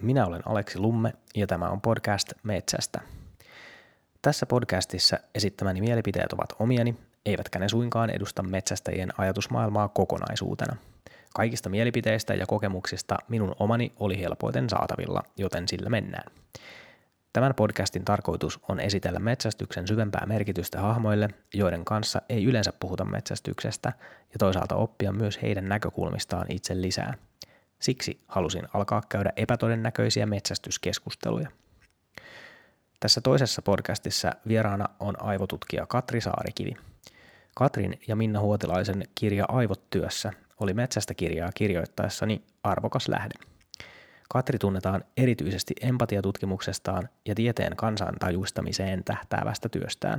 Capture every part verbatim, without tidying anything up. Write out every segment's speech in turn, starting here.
minä olen Aleksi Lumme ja tämä on podcast Metsästä. Tässä podcastissa esittämäni mielipiteet ovat omiani, eivätkä ne suinkaan edusta metsästäjien ajatusmaailmaa kokonaisuutena. Kaikista mielipiteistä ja kokemuksista minun omani oli helpoiten saatavilla, joten sillä mennään. Tämän podcastin tarkoitus on esitellä metsästyksen syvempää merkitystä hahmoille, joiden kanssa ei yleensä puhuta metsästyksestä, ja toisaalta oppia myös heidän näkökulmistaan itse lisää. Siksi halusin alkaa käydä epätodennäköisiä metsästyskeskusteluja. Tässä toisessa podcastissa vieraana on aivotutkija Katri Saarikivi. Katrin ja Minna Huotilaisen kirja Aivot työssä oli metsästä kirjaa kirjoittaessani arvokas lähde. Katri tunnetaan erityisesti empatiatutkimuksestaan ja tieteen kansantajuistamiseen tähtäävästä työstään.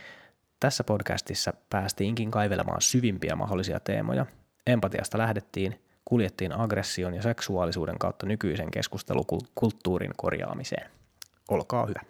Tässä podcastissa päästiinkin kaivelemaan syvimpiä mahdollisia teemoja. Empatiasta lähdettiin, kuljettiin aggression ja seksuaalisuuden kautta nykyisen keskustelukulttuurin korjaamiseen. Olkaa hyvä.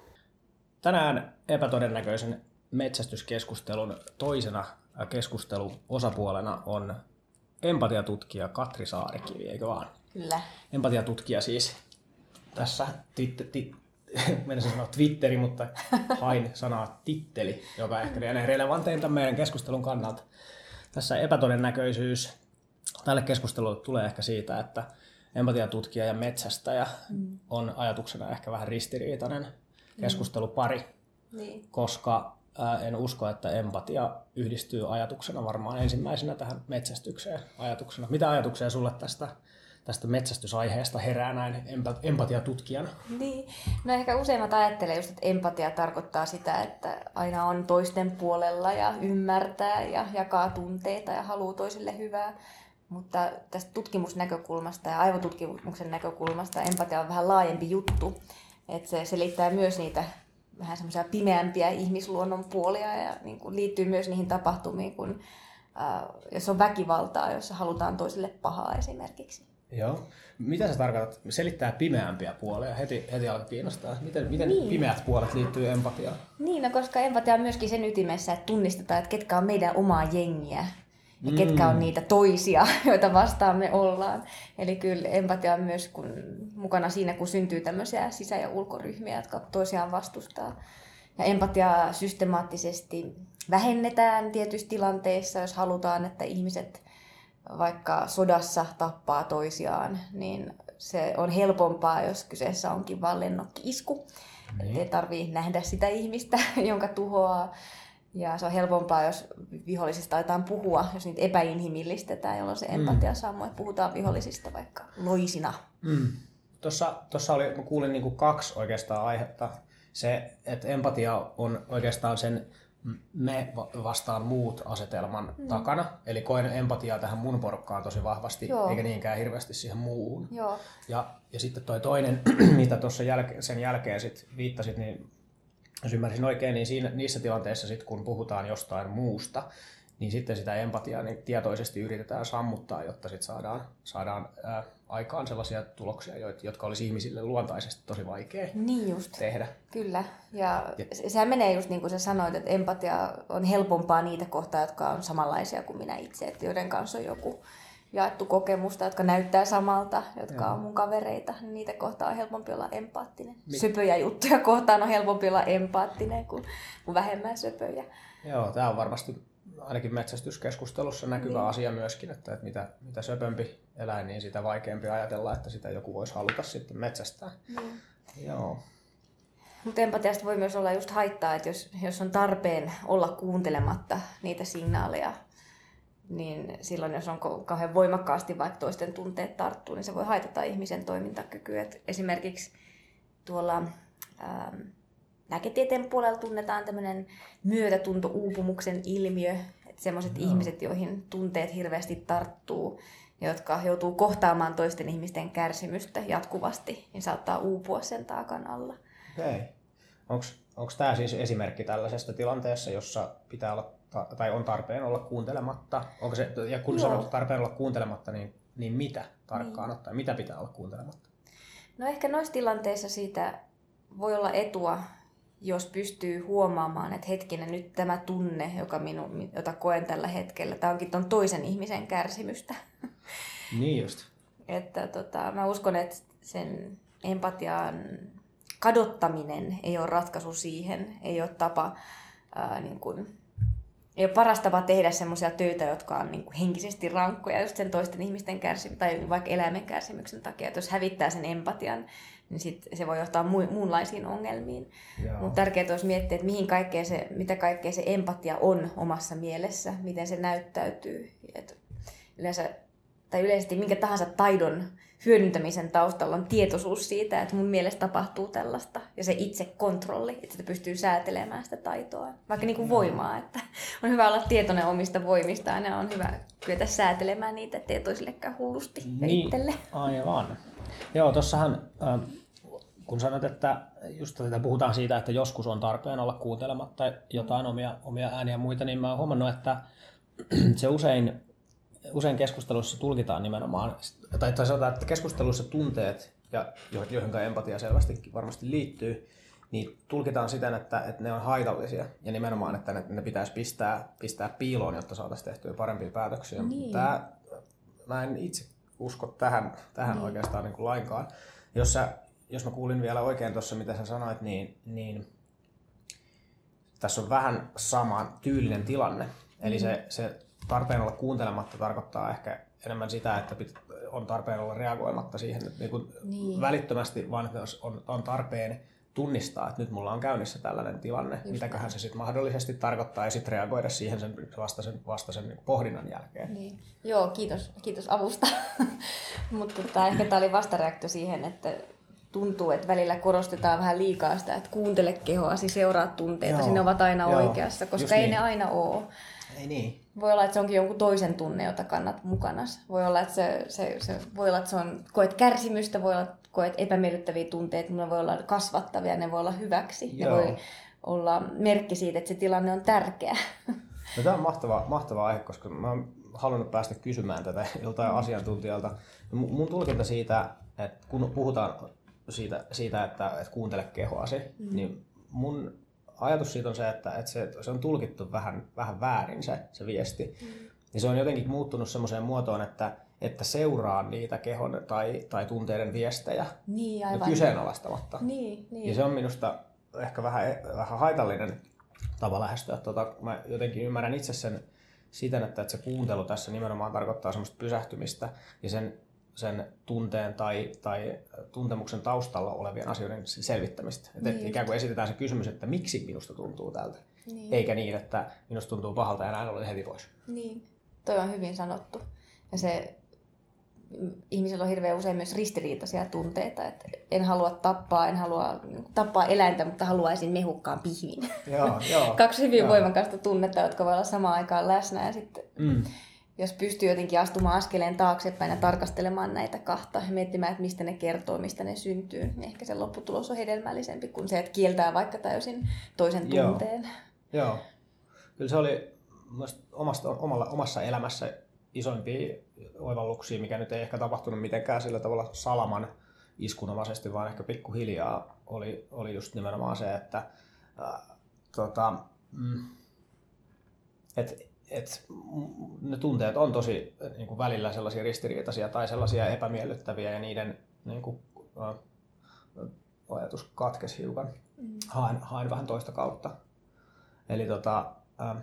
Tänään epätodennäköisen metsästyskeskustelun toisena keskusteluosapuolena on empatiatutkija Katri Saarikivi, eikö vaan? Kyllä. Empatiatutkija siis tässä, tit, tit, menisin sanoa Twitteri, mutta hain sanaa titteli, joka ehkä lienee relevanteinta meidän keskustelun kannalta. Tässä epätodennäköisyys tälle keskustelulle tulee ehkä siitä, että empatiatutkija ja metsästäjä mm. on ajatuksena ehkä vähän ristiriitainen keskustelupari, mm. niin. koska ää, en usko, että empatia yhdistyy ajatuksena varmaan ensimmäisenä tähän metsästykseen ajatuksena. Mitä ajatuksia sulle tästä, tästä metsästysaiheesta herää näin empatiatutkijana? Niin. No ehkä useimmat ajattelee just, että empatia tarkoittaa sitä, että aina on toisten puolella ja ymmärtää ja jakaa tunteita ja haluaa toisille hyvää. Mutta tästä tutkimusnäkökulmasta ja aivotutkimuksen näkökulmasta empatia on vähän laajempi juttu. Että se selittää myös niitä vähän semmoisia pimeämpiä ihmisluonnon puolia ja niin kuin liittyy myös niihin tapahtumiin, kun, äh, jos on väkivaltaa, jossa halutaan toisille pahaa esimerkiksi. Joo. Mitä sä tarkoitat? Selittää pimeämpiä puolia. Heti, heti alkaa kiinnostaa. Miten, miten niin. pimeät puolet liittyy empatiaan? Niin, no koska empatia on myöskin sen ytimessä, että tunnistetaan, että ketkä on meidän omaa jengiä. Ja mm. ketkä on niitä toisia, joita vastaan me ollaan. Eli kyllä empatia on myös kun, mukana siinä, kun syntyy tämmöisiä sisä- ja ulkoryhmiä, jotka toisiaan vastustaa. Ja empatiaa systemaattisesti vähennetään tietyissä tilanteissa, jos halutaan, että ihmiset vaikka sodassa tappaa toisiaan, niin se on helpompaa, jos kyseessä onkin vain lennokki-isku. Niin. Ei tarvitse nähdä sitä ihmistä, jonka tuhoaa. Ja se on helpompaa, jos vihollisista aletaan puhua, jos niitä epäinhimillistetään, jolloin se empatia mm. sammuu, että puhutaan vihollisista vaikka loisina. Mm. Tuossa, tuossa oli, mä kuulin niin kuin kaksi oikeastaan aihetta. Se, että empatia on oikeastaan sen me vastaan muut asetelman mm. takana. Eli koen empatiaa tähän mun porukkaan tosi vahvasti, Joo. eikä niinkään hirveästi siihen muuhun. Joo. Ja, ja sitten toi toinen, mitä tuossa jälke, sen jälkeen sit viittasit, niin jos ymmärsin oikein, niin siinä, niissä tilanteissa, sit, kun puhutaan jostain muusta, niin sitten sitä empatiaa niin tietoisesti yritetään sammuttaa, jotta sit saadaan, saadaan ää, aikaan sellaisia tuloksia, jotka olisi ihmisille luontaisesti tosi vaikea niin just. tehdä. Kyllä. Ja, ja sehän menee just niin kuin sä sanoit, että empatia on helpompaa niitä kohtaa, jotka on samanlaisia kuin minä itse, että joiden kanssa on joku jaettu kokemusta, jotka näyttää samalta, jotka Joo. on mun kavereita, niin niitä kohtaan on helpompi olla empaattinen. Mit? Söpöjä juttuja kohtaan on helpompi olla empaattinen kuin, kuin vähemmän söpöjä. Joo, tämä on varmasti ainakin metsästyskeskustelussa näkyvä niin. asia myöskin, että, että mitä, mitä söpömpi eläin, niin sitä vaikeampi ajatella, että sitä joku voisi haluta sitten metsästää. Niin. Joo. Mutta empatiasta voi myös olla just haittaa, että jos, jos on tarpeen olla kuuntelematta niitä signaaleja, niin silloin jos on kauhean voimakkaasti vaikka toisten tunteet tarttuu, niin se voi haitata ihmisen toimintakykyä. Et esimerkiksi tuolla ähm, lääketieteen puolella tunnetaan tämmöinen myötätunto-uupumuksen ilmiö. Että sellaiset no. ihmiset, joihin tunteet hirveästi tarttuu, jotka joutuu kohtaamaan toisten ihmisten kärsimystä jatkuvasti, niin saattaa uupua sen taakan alla. Okei. Onko tämä siis esimerkki tällaisesta tilanteessa, jossa pitää olla tai on tarpeen olla kuuntelematta? Onko se, ja kun sanot tarpeen olla kuuntelematta, niin, niin mitä tarkkaan niin. ottaen? Mitä pitää olla kuuntelematta? No ehkä noissa tilanteissa siitä voi olla etua, jos pystyy huomaamaan, että hetkinen, nyt tämä tunne, joka minu, jota koen tällä hetkellä, tämä onkin ton toisen ihmisen kärsimystä. Niin just. Että tota, mä uskon, että sen empatian kadottaminen ei ole ratkaisu siihen, ei ole tapa, ää, niin kuin, ei ole paras tapa tehdä semmoisia töitä, jotka on niin kuin henkisesti rankkoja just sen toisten ihmisten kärsimyksen tai vaikka eläimen kärsimyksen takia. Että jos hävittää sen empatian, niin sit se voi johtaa mu- muunlaisiin ongelmiin. Mutta tärkeää olisi miettiä, että mihin kaikkea se, mitä kaikkea se empatia on omassa mielessä, miten se näyttäytyy. Et yleensä, tai yleisesti minkä tahansa taidon hyödyntämisen taustalla on tietoisuus siitä, että mun mielestä tapahtuu tällaista. Ja se itse kontrolli, että se pystyy säätelemään sitä taitoa. Vaikka niin kuin voimaa, että on hyvä olla tietoinen omista voimistaan ja on hyvä kyetä säätelemään niitä, ettei toisillekään hullusti niin, itselle. Aivan. Joo, tossahan äh, kun sanot, että just tätä puhutaan siitä, että joskus on tarpeen olla kuuntelematta jotain omia, omia ääniä ja muita, niin mä oon huomannut, että se usein, usein keskustelussa tulkitaan nimenomaan, tai, tai sanotaan, että keskustelussa tunteet, ja joihin empatia selvästi varmasti liittyy, niin tulkitaan siten, että, että ne on haitallisia ja nimenomaan, että ne, ne pitäisi pistää, pistää piiloon, jotta saataisiin tehtyä parempia päätöksiä. Niin. Tää, mä en itse usko tähän, tähän niin. oikeastaan niin kuin lainkaan. Jos, sä, jos mä kuulin vielä oikein tuossa, mitä sä sanoit, niin, niin tässä on vähän saman tyylinen tilanne. Eli mm. se, se tarpeen olla kuuntelematta tarkoittaa ehkä enemmän sitä, että on tarpeen olla reagoimatta siihen niin kuin niin. välittömästi, vaan että on, on tarpeen tunnistaa, että nyt mulla on käynnissä tällainen tilanne, just mitäköhän se sitten mahdollisesti tarkoittaa, ja sitten reagoida siihen sen vastaisen, vastaisen niin pohdinnan jälkeen. Niin. Joo, kiitos, kiitos avusta. Mutta tota, ehkä tämä oli vastareaktio siihen, että tuntuu, että välillä korostetaan vähän liikaa sitä, että kuuntele kehoasi, seuraa tunteita, ne ovat aina joo, oikeassa, koska ei niin. ne aina ole. Ei niin. Voi olla, että se onkin jonkun toisen tunne, jota kannat mukana. Voi olla, että se, se, se, voi olla, että se on, koet kärsimystä, voi olla, että koet epämiellyttäviä tunteita, ne voi olla kasvattavia, ne voi olla hyväksi. Joo. Ne voi olla merkki siitä, että se tilanne on tärkeä. No, tämä on mahtava, mahtava aihe, koska mä oon halunnut päästä kysymään tätä joltain mm. asiantuntijalta. Mun tulkinta siitä, että kun puhutaan siitä, siitä että, että kuuntele kehoasi, mm. niin mun ajatus siitä on se, että, että se, se on tulkittu vähän, vähän väärin se, se viesti. Mm. Ja se on jotenkin muuttunut semmoiseen muotoon, että, että seuraa niitä kehon tai, tai tunteiden viestejä niin, aivan. kyseenalaistamatta. Niin, niin. Ja se on minusta ehkä vähän, vähän haitallinen tapa lähestyä. Tota, mä jotenkin ymmärrän itse sen siten, että, että se kuuntelu tässä nimenomaan tarkoittaa semmoista pysähtymistä ja sen, sen tunteen tai, tai tuntemuksen taustalla olevien asioiden selvittämistä. Niin. Että ikään kuin esitetään se kysymys, että miksi minusta tuntuu tältä, niin. eikä niin, että minusta tuntuu pahalta ja näin ollen heti pois. Niin, toi on hyvin sanottu. Ja se, ihmisellä on hirveän usein myös ristiriitaisia tunteita, että en halua tappaa, en halua tappaa eläintä, mutta haluaisin mehukkaan pihvin. Joo, joo, Kaksi hyvin joo. voimakasta tunnetta, jotka voi olla samaan aikaan läsnä. Ja sitten, mm. jos pystyy jotenkin astumaan askeleen taaksepäin ja tarkastelemaan näitä kahta ja miettimään, että mistä ne kertoo, mistä ne syntyy, niin ehkä se lopputulos on hedelmällisempi kuin se, että kieltää vaikka täysin toisen tunteen. Joo, joo. Kyllä se oli omasta, omalla, omassa elämässä isoimpia oivalluksia, mikä nyt ei ehkä tapahtunut mitenkään sillä tavalla salaman iskunomaisesti, vaan ehkä pikkuhiljaa oli, oli just nimenomaan se, että äh, tota, mm, et, et, ne tunteet on tosi niin kuin välillä sellaisia ristiriitaisia tai sellaisia epämiellyttäviä ja niiden niin kuin, äh, ajatus katkesi hiukan. Mm. Haen, haen vähän toista kautta. Eli tota, äh,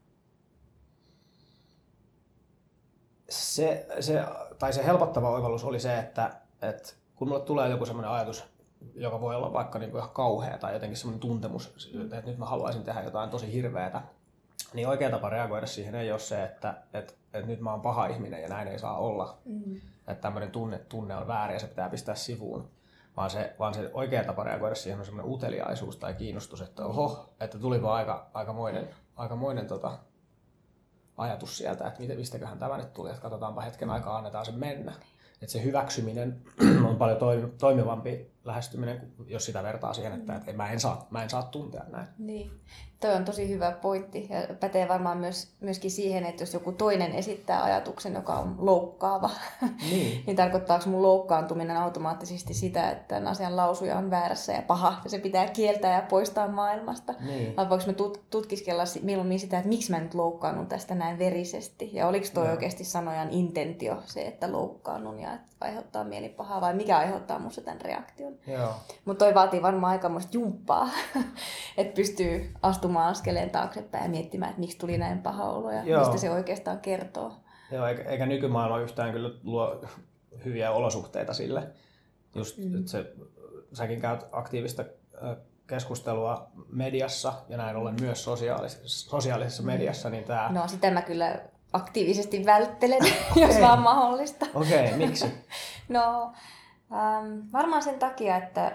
Se, se, tai se helpottava oivallus oli se, että, että kun mulle tulee joku semmoinen ajatus, joka voi olla vaikka niin kuin ihan kauhea tai jotenkin semmoinen tuntemus, että nyt mä haluaisin tehdä jotain tosi hirveätä, niin oikea tapa reagoida siihen ei ole se, että, että, että nyt mä oon paha ihminen ja näin ei saa olla. Mm. Että tämmöinen tunne, tunne on väärä ja se pitää pistää sivuun. Vaan se, vaan se oikea tapa reagoida siihen on semmoinen uteliaisuus tai kiinnostus, että oho, että tulipa aika, aikamoinen, aikamoinen tota, ajatus sieltä, että mistäköhän tämä nyt tuli, että katsotaanpa hetken aikaa, annetaan sen mennä. Että se hyväksyminen on paljon toimivampi lähestyminen, jos sitä vertaa siihen, että, että mä, en saa, mä en saa tuntea näin. Niin. Toi on tosi hyvä pointti ja pätee varmaan myös, myöskin siihen, että jos joku toinen esittää ajatuksen, joka on loukkaava, niin, niin tarkoittaako mun loukkaantuminen automaattisesti sitä, että tämän asian lausuja on väärässä ja paha ja se pitää kieltää ja poistaa maailmasta? Niin. Vai voiko me tut- tutkiskella mieluummin sitä, että miksi mä nyt loukkaannun tästä näin verisesti ja oliko toi no. oikeasti sanojan intentio se, että loukkaannun ja että aiheuttaa mielipahaa vai mikä aiheuttaa musta tämän reaktion? paljon. Joo. Mutta toi vaatii varmaan aikamoista jumppaa, että pystyy astumaan askeleen taaksepäin ja miettimään, että miksi tuli näin paha olo ja Joo. mistä se oikeastaan kertoo. Joo, eikä, eikä nykymaailma yhtään kyllä luo hyviä olosuhteita sille. Just, mm. että se, säkin käyt aktiivista keskustelua mediassa ja näin ollen myös sosiaalis- sosiaalisessa mediassa. Niin tää... No sitä mä kyllä aktiivisesti välttelen, okay. jos vaan mahdollista. Okei, okay, miksi? No ähm, varmaan sen takia, että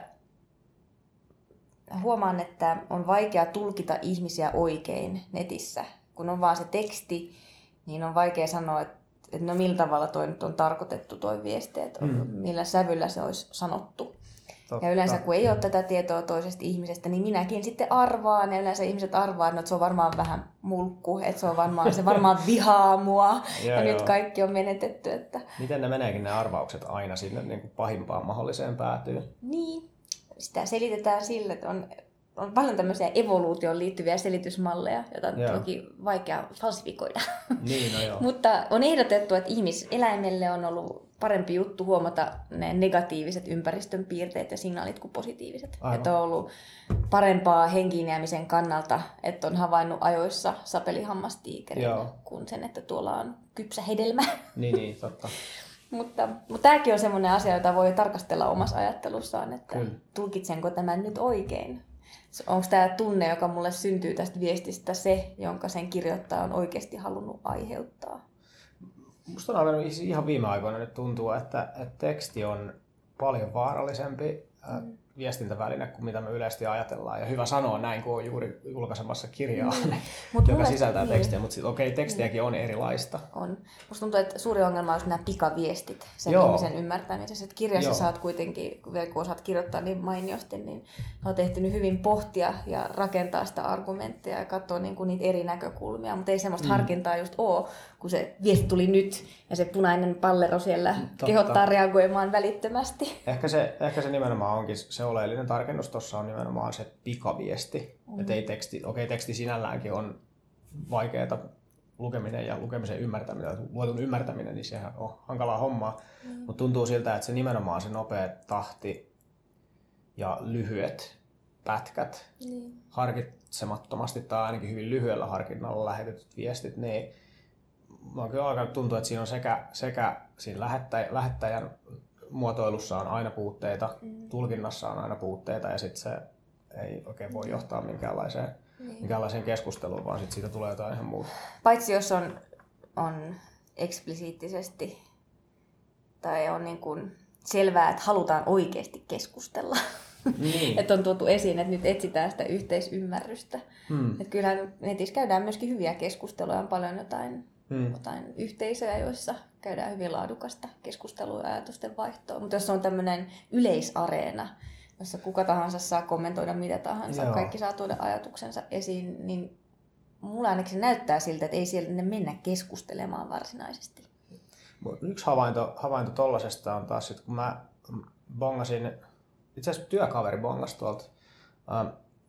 huomaan, että on vaikea tulkita ihmisiä oikein netissä. Kun on vaan se teksti, niin on vaikea sanoa, että, että no millä tavalla toi nyt on tarkoitettu toi viesti, että mm. millä sävyllä se olisi sanottu. Totta. Ja yleensä kun ei ole tätä tietoa toisesta ihmisestä, niin minäkin sitten arvaan. Ja yleensä ihmiset arvaa, että se on varmaan vähän mulkku, että se, on varmaan, se varmaan vihaa mua. ja, ja nyt kaikki on menetetty. Että... Miten ne meneekin ne arvaukset aina sinne niin kuin pahimpaan mahdolliseen päätyyn? Niin, sitä selitetään sille, että on, on paljon tämmöisiä evoluutioon liittyviä selitysmalleja, joita on joo. toki vaikea falsifikoida. Niin, no joo. Mutta on ehdotettu, että ihmiseläimelle on ollut parempi juttu huomata ne negatiiviset ympäristön piirteet ja signaalit kuin positiiviset. Aivan. Että on ollut parempaa henkiin jäämisen kannalta, että on havainnut ajoissa sapelihammastiikerin kuin sen, että tuolla on kypsä hedelmä. Niin, niin totta. mutta, mutta tämäkin on semmoinen asia, jota voi tarkastella omassa ajattelussaan, että Kyllä. tulkitsenko tämän nyt oikein. Onko tämä tunne, joka mulle syntyy tästä viestistä, se, jonka sen kirjoittaja on oikeasti halunnut aiheuttaa? Musta on aivan ihan viime aikoina nyt tuntuu, että, että teksti on paljon vaarallisempi mm. viestintäväline kuin mitä me yleisesti ajatellaan. Ja hyvä sanoa näin, kun on juuri julkaisemassa kirjaa, mm. joka mulle, sisältää niin. tekstiä. Mutta okei, okay, tekstiäkin mm. on erilaista. On. Musta tuntuu, että suuri ongelma on nämä pikaviestit sen Joo. ihmisen ymmärtämisessä. Että kirjassa Joo. saat kuitenkin, kun osaat kirjoittaa niin mainiosti, niin olet ehtinyt hyvin pohtia ja rakentaa sitä argumenttia ja katsoa niin kuin niitä eri näkökulmia. Mutta ei semmoista mm. harkintaa just ole, kun se viesti tuli nyt ja se punainen pallero siellä Totta. kehottaa reagoimaan välittömästi. Ehkä se, ehkä se nimenomaan onkin se oleellinen tarkennus tuossa on nimenomaan se pikaviesti. Mm. Että ei teksti, okei, teksti sinälläänkin on vaikeaa lukeminen ja lukemisen ymmärtäminen, luetun ymmärtäminen, niin sehän on hankalaa hommaa. Mm. Mutta tuntuu siltä, että se nimenomaan se nopea tahti ja lyhyet pätkät, mm. harkitsemattomasti tai ainakin hyvin lyhyellä harkinnalla lähetetyt viestit, niin mä kyllä alkanut tuntua, että siinä on sekä, sekä siinä lähettäjän, lähettäjän muotoilussa on aina puutteita, mm. tulkinnassa on aina puutteita ja sitten se ei oikein voi johtaa minkäänlaiseen, mm. minkäänlaiseen keskusteluun, vaan sitten siitä tulee jotain ihan muuta. Paitsi jos on, on eksplisiittisesti tai on niin kuin selvää, että halutaan oikeasti keskustella. Niin. Että on tuotu esiin, että nyt etsitään sitä yhteisymmärrystä. Mm. Että kyllähän netissä käydään myöskin hyviä keskusteluja, on paljon jotain, mm. jotain yhteisöjä, joissa käydään hyvin laadukasta keskustelua ja ajatusten vaihtoa. Mutta jos on tämmöinen yleisareena, jossa kuka tahansa saa kommentoida mitä tahansa, Joo. kaikki saa tuoda ajatuksensa esiin, niin mulla ainakin se näyttää siltä, että ei siellä mennä keskustelemaan varsinaisesti. Yksi havainto, havainto tollasesta on taas, että kun mä bongasin, itse asiassa työkaveri bongasi tuolta ähm,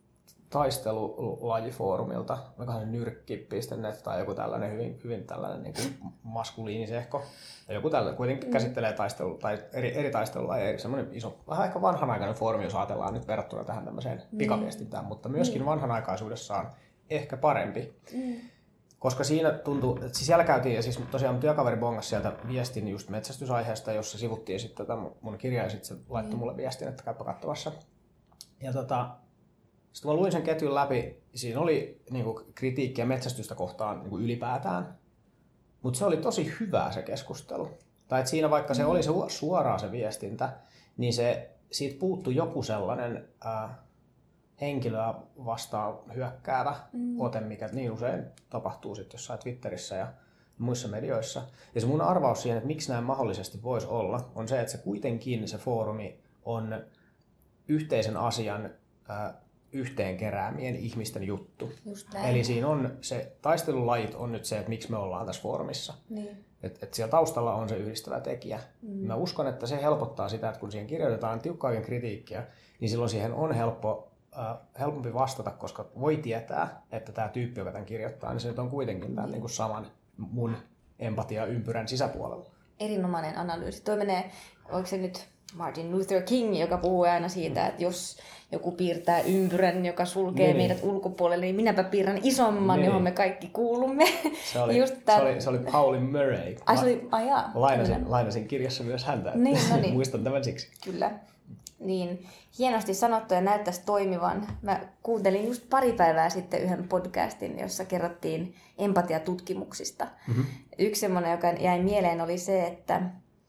taistelulajifoorumilta, onkohan se nyrkki piste net tai joku tällainen hyvin, hyvin tällainen niin kuin maskuliinisehko. Ja joku tällainen kuitenkin käsittelee taistelu, tai eri, eri taistelulajeja, semmoinen iso, vähän ehkä vanhanaikainen foorumi, jos ajatellaan nyt verrattuna tähän tämmöiseen pikaviestintään, mutta myöskin mm. vanhanaikaisuudessaan ehkä parempi. Mm. Koska siinä tuntuu, että siellä käytiin, ja siis tosiaan työkaveri bongasi sieltä viestin just metsästysaiheesta, jossa sivuttiin sitten tätä mun kirjaa, ja sitten se laittoi mulle viestin, että käypä katsomassa. Ja tota, sitten mä luin sen ketjun läpi, siinä oli niinku kritiikkiä metsästystä kohtaan niinku ylipäätään, mutta se oli tosi hyvää se keskustelu. Tai että siinä vaikka se oli se suoraa se viestintä, niin se, siitä puuttui joku sellainen äh, henkilöä vastaan hyökkäävä mm. ote, mikä niin usein tapahtuu sitten jossain Twitterissä ja muissa medioissa. Ja se mun arvaus siihen, että miksi näin mahdollisesti voisi olla, on se, että se kuitenkin se foorumi on yhteisen asian äh, yhteen keräämien ihmisten juttu. Eli siinä on se, taistelulajit on nyt se, että miksi me ollaan tässä foorumissa. Niin. Että et siellä taustalla on se yhdistävä tekijä. Mm. Mä uskon, että se helpottaa sitä, että kun siihen kirjoitetaan tiukkaakin kritiikkiä, niin silloin siihen on helppo, äh, helpompi vastata, koska voi tietää, että tämä tyyppi, joka tämän kirjoittaa, niin se nyt on kuitenkin tämän mm. niin kuin saman mun empatia-ympyrän sisäpuolella. Erinomainen analyysi. Toi menee, oliko se nyt Martin Luther King, joka puhuu aina siitä, mm. että jos joku piirtää ympyrän, joka sulkee niin, meidät ulkopuolelle, niin minäpä piirrän isomman, niin, johon me kaikki kuulumme. Se oli, Just se oli, se oli Pauli Murray. Ai, se oli, ai jaa, lainasin, lainasin kirjassa myös häntä. Niin, no niin. Muistan tämän siksi. Kyllä. Niin, hienosti sanottu ja näyttäisi toimivan. Mä kuuntelin just pari päivää sitten yhden podcastin, jossa kerrottiin empatiatutkimuksista. Mm-hmm. Yksi semmoinen, joka jäi mieleen, oli se, että,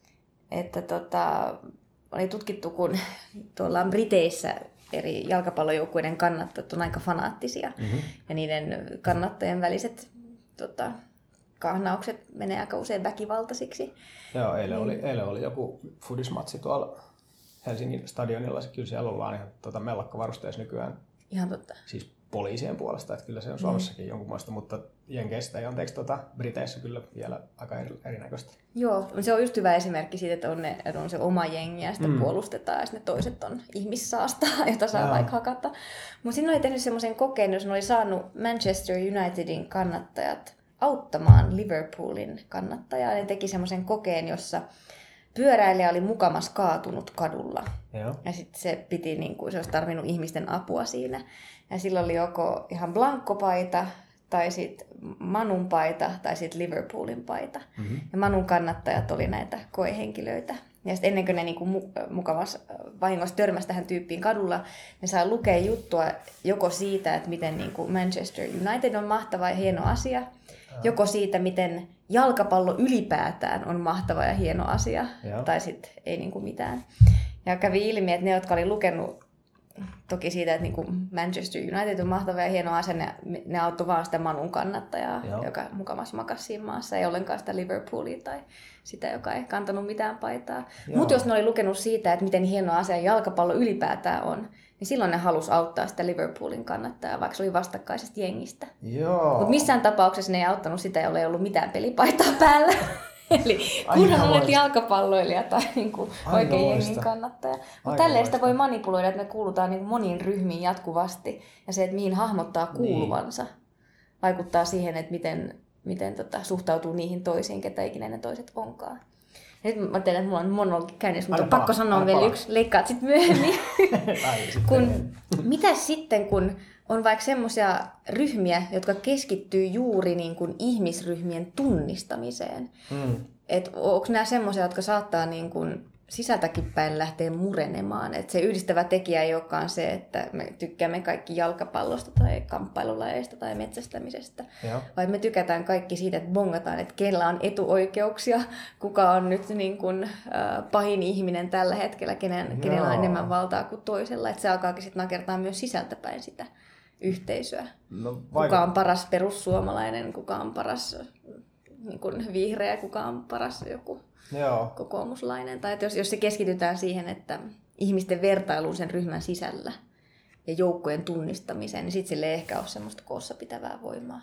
että tota, oli tutkittu, kun tuolla Briteissä eri jalkapallojoukkueiden kannattajat on aika fanaattisia. Mm-hmm. Ja niiden kannattajien väliset tota, kahnaukset menee aika usein väkivaltaisiksi. Joo, eilen, niin. oli, eilen oli joku fudismatsi tuolla Helsingin stadionilla. Kyllä siellä ollaan ihan tota, mellakkavarusteessa nykyään. Ihan totta. Siis poliisien puolesta, että kyllä se on Suomessakin mm. jonkunlaista, mutta Jenkeistä ja anteeksi tota, Briteissä kyllä vielä aika eri, erinäköistä. Joo, se on just hyvä esimerkki siitä, että on, ne, että on se oma jengi ja sitä mm. puolustetaan ja sitten ne toiset on ihmissaasta, jota saa Jaa. vaikka hakata. Mutta siinä oli tehnyt semmoisen kokeen, jos ne oli saanut Manchester Unitedin kannattajat auttamaan Liverpoolin kannattajaa. Ne teki semmoisen kokeen, jossa pyöräilijä oli mukamas kaatunut kadulla. Joo. Ja sitten se piti, niin kuin, se olisi tarvinnut ihmisten apua siinä. Ja silloin oli joko ihan blankkopaita, tai sitten Manun paita, tai sitten Liverpoolin paita. Mm-hmm. Ja Manun kannattajat oli näitä koehenkilöitä. Ja sitten ennen kuin ne niin kuin mukavassa vahingossa törmäsi tähän tyyppiin kadulla, ne saa lukea juttua joko siitä, että miten niin kuin Manchester United on mahtava ja hieno asia, joko siitä, miten jalkapallo ylipäätään on mahtava ja hieno asia, Joo. tai sitten ei niinku mitään. Ja kävi ilmi, että ne, jotka oli lukenut toki siitä, että niinku Manchester United on mahtava ja hieno asia, ne, ne auttoi vaan sitä Manun kannattajaa, Joo. joka mukamassa makasi siinä maassa, ei ollenkaan sitä Liverpoolia tai sitä, joka ei kantanut mitään paitaa. Mutta jos ne oli lukenut siitä, että miten hieno asia jalkapallo ylipäätään on, niin silloin ne halusi auttaa sitä Liverpoolin kannattajaa, vaikka se oli vastakkaisesta jengistä. Mutta missään tapauksessa ne ei auttanut sitä, jolla ei ollut mitään pelipaitaa päällä. Eli kunhan olet jalkapalloilija tai niinku oikein jengin kannattaja. Mutta tälleen sitä voi manipuloida, että me kuulutaan niinku moniin ryhmiin jatkuvasti. Ja se, että mihin hahmottaa kuuluvansa, niin. vaikuttaa siihen, että miten, miten tota, suhtautuu niihin toisiin, ketä ikinä ne toiset onkaan. Nyt mä tiedän, että mulla on monologi käynnissä, mutta on pakko sanoa vielä yksi. Leikkaat sitten myöhemmin. Ai, sitten kun, mitäs sitten, kun on vaikka semmoisia ryhmiä, jotka keskittyy juuri niin kuin ihmisryhmien tunnistamiseen? Mm. Että onko nämä semmoisia, jotka saattaa niin kuin sisältäkin päin lähteä murenemaan? Että se yhdistävä tekijä ei olekaan se, että me tykkäämme kaikki jalkapallosta tai kamppailulajeista tai metsästämisestä. Joo. Vai me tykätään kaikki siitä, että bongataan, että kellä on etuoikeuksia, kuka on nyt niin kuin, äh, pahin ihminen tällä hetkellä, kenen, kenellä on enemmän valtaa kuin toisella. Että se alkaakin sitten nakertaa myös sisältäpäin sitä yhteisöä. No, vaikka... Kuka on paras perussuomalainen, kuka on paras niin kuin vihreä, kuka on paras joku Joo. kokoomuslainen. Tai että jos, jos se keskitytään siihen, että ihmisten vertailuun sen ryhmän sisällä ja joukkojen tunnistamiseen, niin sitten sille ei ehkä ole semmoista koossa pitävää voimaa.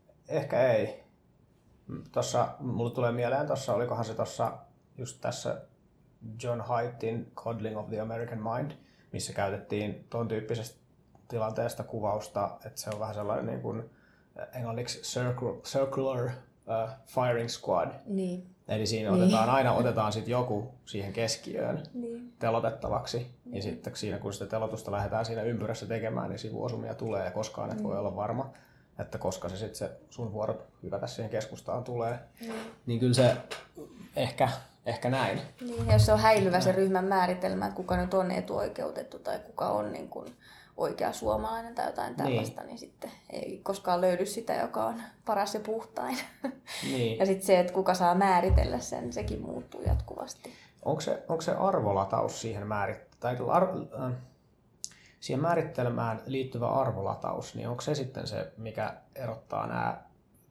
Ehkä ei. Tuossa, mulle tulee mieleen, tuossa, olikohan se tuossa just tässä John Haidtin Coddling of the American Mind, missä käytettiin tuon tyyppisestä tilanteesta kuvausta, että se on vähän sellainen niin kuin englanniksi circular, circular uh, firing squad. Niin. Eli siinä niin. otetaan, aina otetaan sit joku siihen keskiöön niin. telotettavaksi. Niin. Ja sitten siinä, kun sitä telotusta lähdetään siinä ympyrässä tekemään, niin sivuosumia tulee ja koskaan et niin. voi olla varma, että koska se, sit se sun vuoro hypätä siihen keskustaan tulee. Niin, niin kyllä se ehkä, ehkä näin. Niin, jos se on häilyvä se ryhmän määritelmä, että kuka nyt on etuoikeutettu tai kuka on niin kuin oikea suomalainen tai jotain tällaista, niin, niin sitten ei koskaan löydy sitä, joka on paras ja puhtain. Niin. Ja sitten se, että kuka saa määritellä sen, sekin muuttuu jatkuvasti. Onko se, onko se arvolataus siihen, määrit- tai ar- äh, siihen määrittelemään liittyvä arvolataus, niin onko se sitten se, mikä erottaa nämä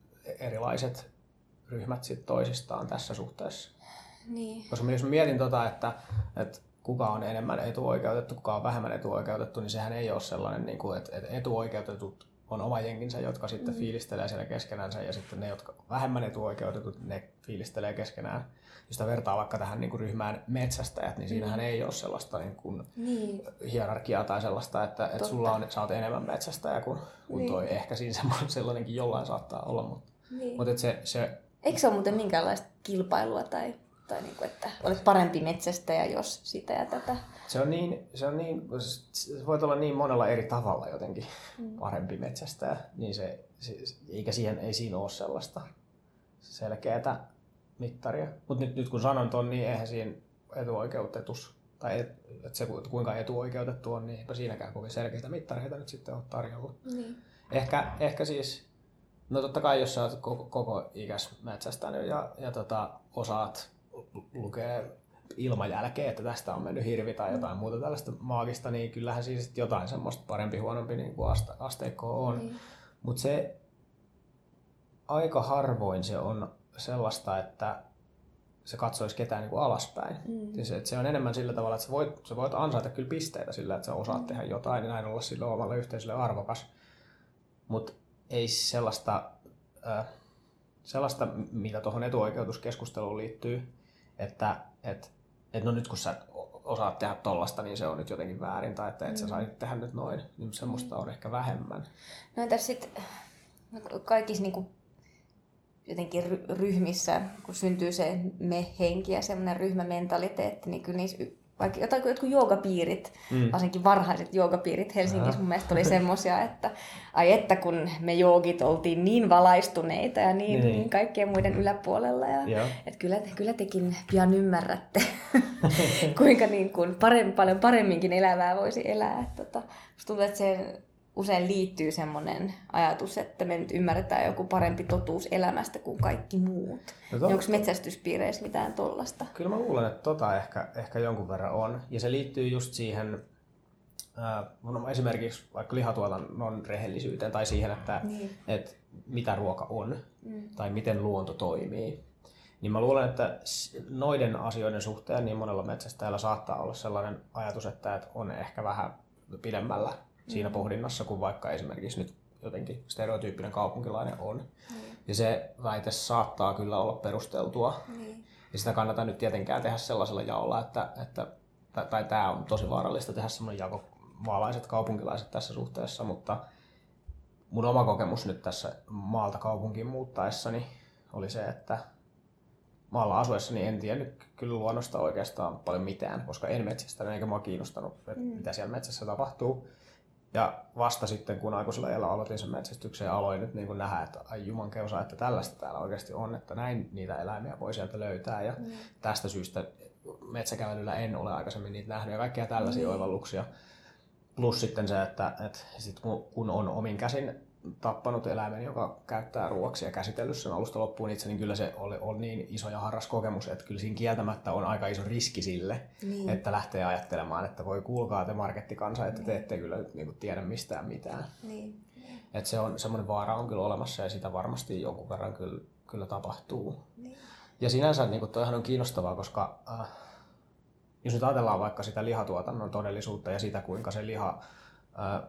erilaiset ryhmät sit toisistaan tässä suhteessa? Niin. Koska jos mietin tota, että, että kuka on enemmän etuoikeutettu, kuka on vähemmän etuoikeutettu, niin sehän ei ole sellainen, että etuoikeutetut on oma jenginsä, jotka sitten mm. fiilistelee siellä keskenänsä, ja sitten ne, jotka vähemmän etuoikeutetut, ne fiilistelee keskenään. Jos sitä vertaa vaikka tähän niin kuin ryhmään metsästäjät, niin siinähän mm. ei ole sellaista niin kuin niin. hierarkiaa tai sellaista, että, että sulla on, sä oot enemmän metsästäjä kuin, kuin niin. toi. Ehkä siinä sellainenkin jollain saattaa olla, mutta, niin. mutta että se, se... Eikö se ole muuten minkäänlaista kilpailua tai Tai niin kuin, että olet parempi metsästäjä, jos sitä ja tätä. Se on niin, se on niin, se voi olla niin monella eri tavalla jotenkin mm. parempi metsästäjä, niin se, se, eikä siihen, ei siinä ole sellaista selkeää mittaria. Mutta nyt, nyt kun sanon ton, niin eihän siinä etuoikeutetus, tai et, et se kuinka etuoikeutettu on, niin eipä siinäkään kovin selkeitä mittareita nyt sitten ole tarjolla. Niin. Ehkä, ehkä siis, no totta kai jos sä oot koko, koko ikäs metsästänyt ja, ja tota, osaat lukea ilmajälkeen, että tästä on mennyt hirvi tai jotain mm. muuta tällaista maagista, niin kyllähän siis jotain semmoista parempi huonompi niin kuin aste, asteikkoa on. Mm. Mutta se aika harvoin se on sellaista, että se katsoisi ketään niin kuin alaspäin. Mm. Se, se on enemmän sillä tavalla, että sä voit, sä voit ansaita kyllä pisteitä sillä, että sä osaat mm. tehdä jotain ja näin olla sille omalle yhteisölle arvokas. Mutta ei sellaista, äh, sellaista, mitä tuohon etuoikeutuskeskusteluun liittyy, että et, et no nyt kun sä osaat tehdä tollasta, niin se on nyt jotenkin väärin, tai että et sä saisit tehdä nyt noin, niin semmoista on ehkä vähemmän. No entäs sitten kaikissa niinku jotenkin ryhmissä, kun syntyy se me-henki ja semmoinen ryhmämentaliteetti, niin kyllä niissä, vaikka jotain, jotkut joogapiirit, mm. varsinkin varhaiset joogapiirit Helsingissä mun mielestä oli semmoisia, että ai että kun me joogit oltiin niin valaistuneita ja niin, niin. niin kaikkien muiden yläpuolella. Ja, että kyllä, kyllä tekin pian ymmärrätte, kuinka niin kuin paremmin, paljon paremminkin elämää voisi elää. Että, tota, musta tuntuu, että se usein liittyy semmoinen ajatus, että me nyt ymmärretään joku parempi totuus elämästä kuin kaikki muut. No onko metsästyspiireissä mitään tollasta? Kyllä mä luulen, että tota ehkä, ehkä jonkun verran on. Ja se liittyy just siihen, äh, esimerkiksi vaikka lihatuotannon rehellisyyteen tai siihen, että niin. et mitä ruoka on mm. tai miten luonto toimii. Niin mä luulen, että noiden asioiden suhteen niin monella metsästäjällä saattaa olla sellainen ajatus, että on ehkä vähän pidemmällä siinä pohdinnassa, kun vaikka esimerkiksi nyt jotenkin stereotyyppinen kaupunkilainen on. Mm. Ja se väite saattaa kyllä olla perusteltua. Mm. Ja sitä kannattaa nyt tietenkään tehdä sellaisella jaolla, että, että tai tämä on tosi vaarallista tehdä semmoinen jako maalaiset kaupunkilaiset tässä suhteessa, mutta mun oma kokemus nyt tässä maalta kaupunkiin muuttaessani oli se, että maalla asuessani en tiennyt kyllä luonnosta oikeastaan paljon mitään, koska en metsästänyt eikä mua kiinnostanut, että mm. mitä siellä metsässä tapahtuu. Ja vasta sitten, kun aikuisella iällä aloitin sen metsästyksen ja aloin nyt niin kuin nähdä, että ai jumankeusa, että tällaista täällä oikeasti on, että näin niitä eläimiä voi sieltä löytää. Ja mm. tästä syystä metsäkävelyllä en ole aikaisemmin niitä nähnyt ja kaikkia tällaisia mm. oivalluksia. Plus sitten se, että, että sit kun on omin käsin tappanut eläimen, joka käyttää ruoaksi ja käsitellyt sen alusta loppuun itse, niin kyllä se oli, oli niin iso ja harras kokemus, että kyllä siinä kieltämättä on aika iso riski sille, niin. että lähtee ajattelemaan, että voi kuulkaa te markettikansa, että te ette kyllä nyt niin tiedä mistään mitään. Niin. Että se on, semmoinen vaara on kyllä olemassa ja sitä varmasti jonkun verran kyllä, kyllä tapahtuu. Niin. Ja sinänsä niin toihan on kiinnostavaa, koska äh, jos nyt ajatellaan vaikka sitä lihatuotannon todellisuutta ja sitä, kuinka se liha äh,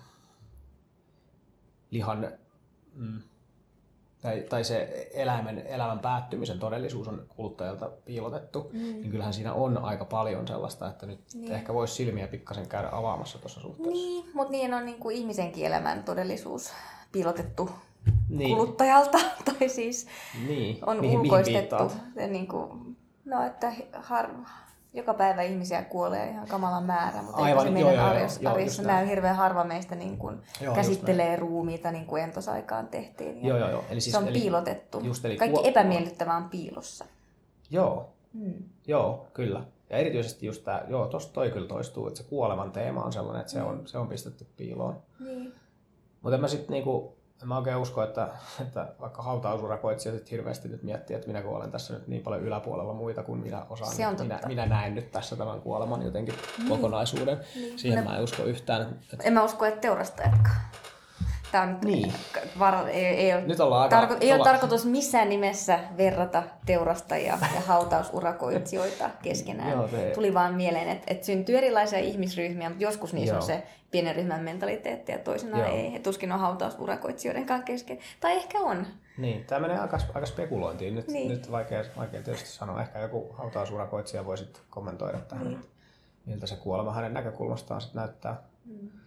lihan, mm, tai, tai se eläimen elämän päättymisen todellisuus on kuluttajalta piilotettu, mm. niin kyllähän siinä on aika paljon sellaista, että nyt niin. ehkä voisi silmiä pikkasen käydä avaamassa tuossa suhteessa. Niin, mutta niin on niin kuin ihmisenkin elämän todellisuus piilotettu niin. kuluttajalta, tai siis niin. on mihin, ulkoistettu. Mihin niin kuin, no, että har... Joka päivä ihmisiä kuolee ihan kamalan määrä, mutta aivan, se meidän joo, arjessa, joo, arjessa näy hirveän harva meistä niin kuin joo, käsittelee ruumiita niin kuin entosaikaan tehtiin. Joo, joo, joo. Eli siis, se on eli, piilotettu. Just, eli Kaikki kuo... epämiellyttävää on piilossa. Joo, hmm. joo, kyllä. Ja erityisesti just tämä, joo, tosta toi kyllä toistuu, että se kuoleman teema on sellainen, että se on, se on pistetty piiloon. Niin. Mutta en mä sitten niinku, en mä oikein usko, että, että vaikka hautausurakoitsijat hirveästi nyt miettii, että minä kun olen tässä nyt niin paljon yläpuolella muita kuin minä osaan, nyt, minä, minä näen nyt tässä tämän kuoleman jotenkin niin. kokonaisuuden. Niin. Siihen mä en usko yhtään. Että... En mä usko, että teurastajatkaan. Tämä on niin. var... ei, ei, ole, nyt ollaan aika... tarko... ei ole tarkoitus missään nimessä verrata teurastajia ja hautausurakoitsijoita keskenään. Joo, se... Tuli vaan mieleen, että, että syntyy erilaisia ihmisryhmiä, mutta joskus niissä Joo. on se pienen ryhmän mentaliteetti ja toisinaan Joo. ei. He tuskin on hautausurakoitsijoidenkaan kesken. Tai ehkä on. Niin, tämä menee aika, aika spekulointiin. Nyt, niin. nyt vaikea, vaikea tietysti sanoa. Ehkä joku hautausurakoitsija voi sitten kommentoida tähän, niin. miltä se kuolema hänen näkökulmastaan sitten näyttää. Mm.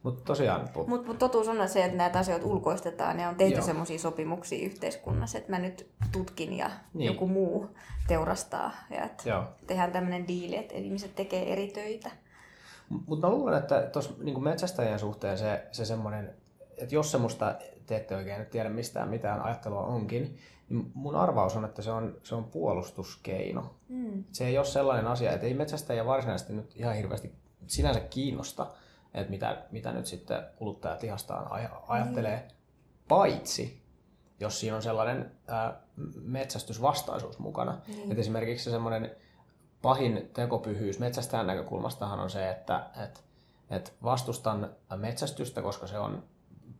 Mutta tosiaan... Mutta mut totuus on se, että näitä asioita ulkoistetaan ja on tehty semmoisia sopimuksia yhteiskunnassa, että mä nyt tutkin ja niin. joku muu teurastaa. Ja että tehdään tämmöinen diili, että ihmiset tekee eri töitä. Mutta mä luulen, että tuossa niin metsästäjien suhteen se, se semmoinen, että jos semmoista te ette oikein nyt tiedä mistään mitään ajattelua onkin, niin mun arvaus on, että se on, se on puolustuskeino. Mm. Se ei ole sellainen asia, että ei metsästäjä varsinaisesti nyt ihan hirveästi sinänsä kiinnosta, että mitä, mitä nyt sitten kuluttajat lihastaan ajattelee, mm. paitsi jos siinä on sellainen ää, metsästysvastaisuus mukana. Mm. Että esimerkiksi se semmoinen pahin tekopyhyys metsästäjän näkökulmastahan on se, että et, et vastustan metsästystä, koska se on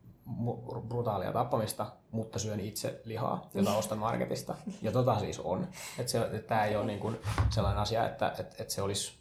brutaalia tappamista, mutta syön itse lihaa, jota ostan marketista. Ja tota siis on. Että se, että tämä ei ole niin kuin sellainen asia, että et, et se olisi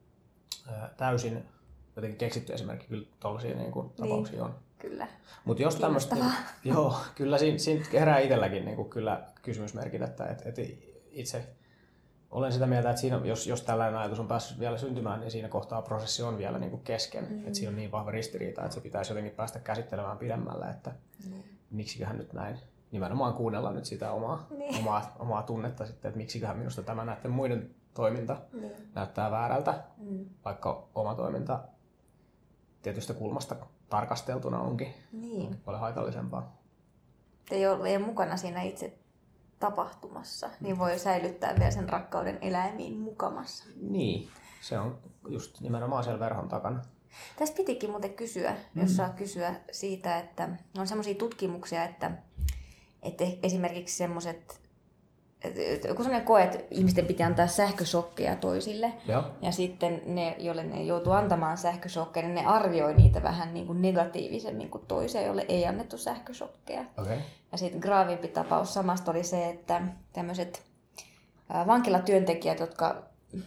ää, täysin jotenkin keksitty esimerkki. Kyllä tuollaisia niin kuin tapauksia niin, on. Kyllä. Mutta jos tämmöistä, niin, joo, kyllä siinä, siinä herää itselläkin niin kuin kyllä kysymysmerkit, että et, et itse olen sitä mieltä, että siinä, jos, jos tällainen ajatus on päässyt vielä syntymään, niin siinä kohtaa prosessi on vielä niin kuin kesken. Mm. Että siinä on niin vahva ristiriita, että se pitäisi jotenkin päästä käsittelemään pidemmälle, että mm. miksiköhän nyt näin. Nimenomaan kuunnella nyt sitä omaa, niin. omaa, omaa tunnetta sitten, että miksiköhän minusta tämä näiden muiden toiminta mm. näyttää väärältä, mm. vaikka oma toiminta tietystä kulmasta tarkasteltuna onkin niin. paljon haitallisempaa. Ei ole, ei ole mukana siinä itse tapahtumassa, niin voi säilyttää vielä sen rakkauden eläimiin mukamassa. Niin, se on just nimenomaan siellä verhon takana. Tässä pitikin muuten kysyä, mm. jos saa kysyä siitä, että on semmoisia tutkimuksia, että, että esimerkiksi semmoiset, kun sellainen koe, että ihmisten pitää antaa sähköshokkeja toisille, Joo. ja sitten ne, joille ne joutuu antamaan sähköshokkeja, niin ne arvioi niitä vähän niin kuin negatiivisemmin kuin toisia, joille ei annettu sähköshokkeja. Okay. Ja sitten graavimpi tapaus samasta oli se, että tämmöiset vankilatyöntekijät, jotka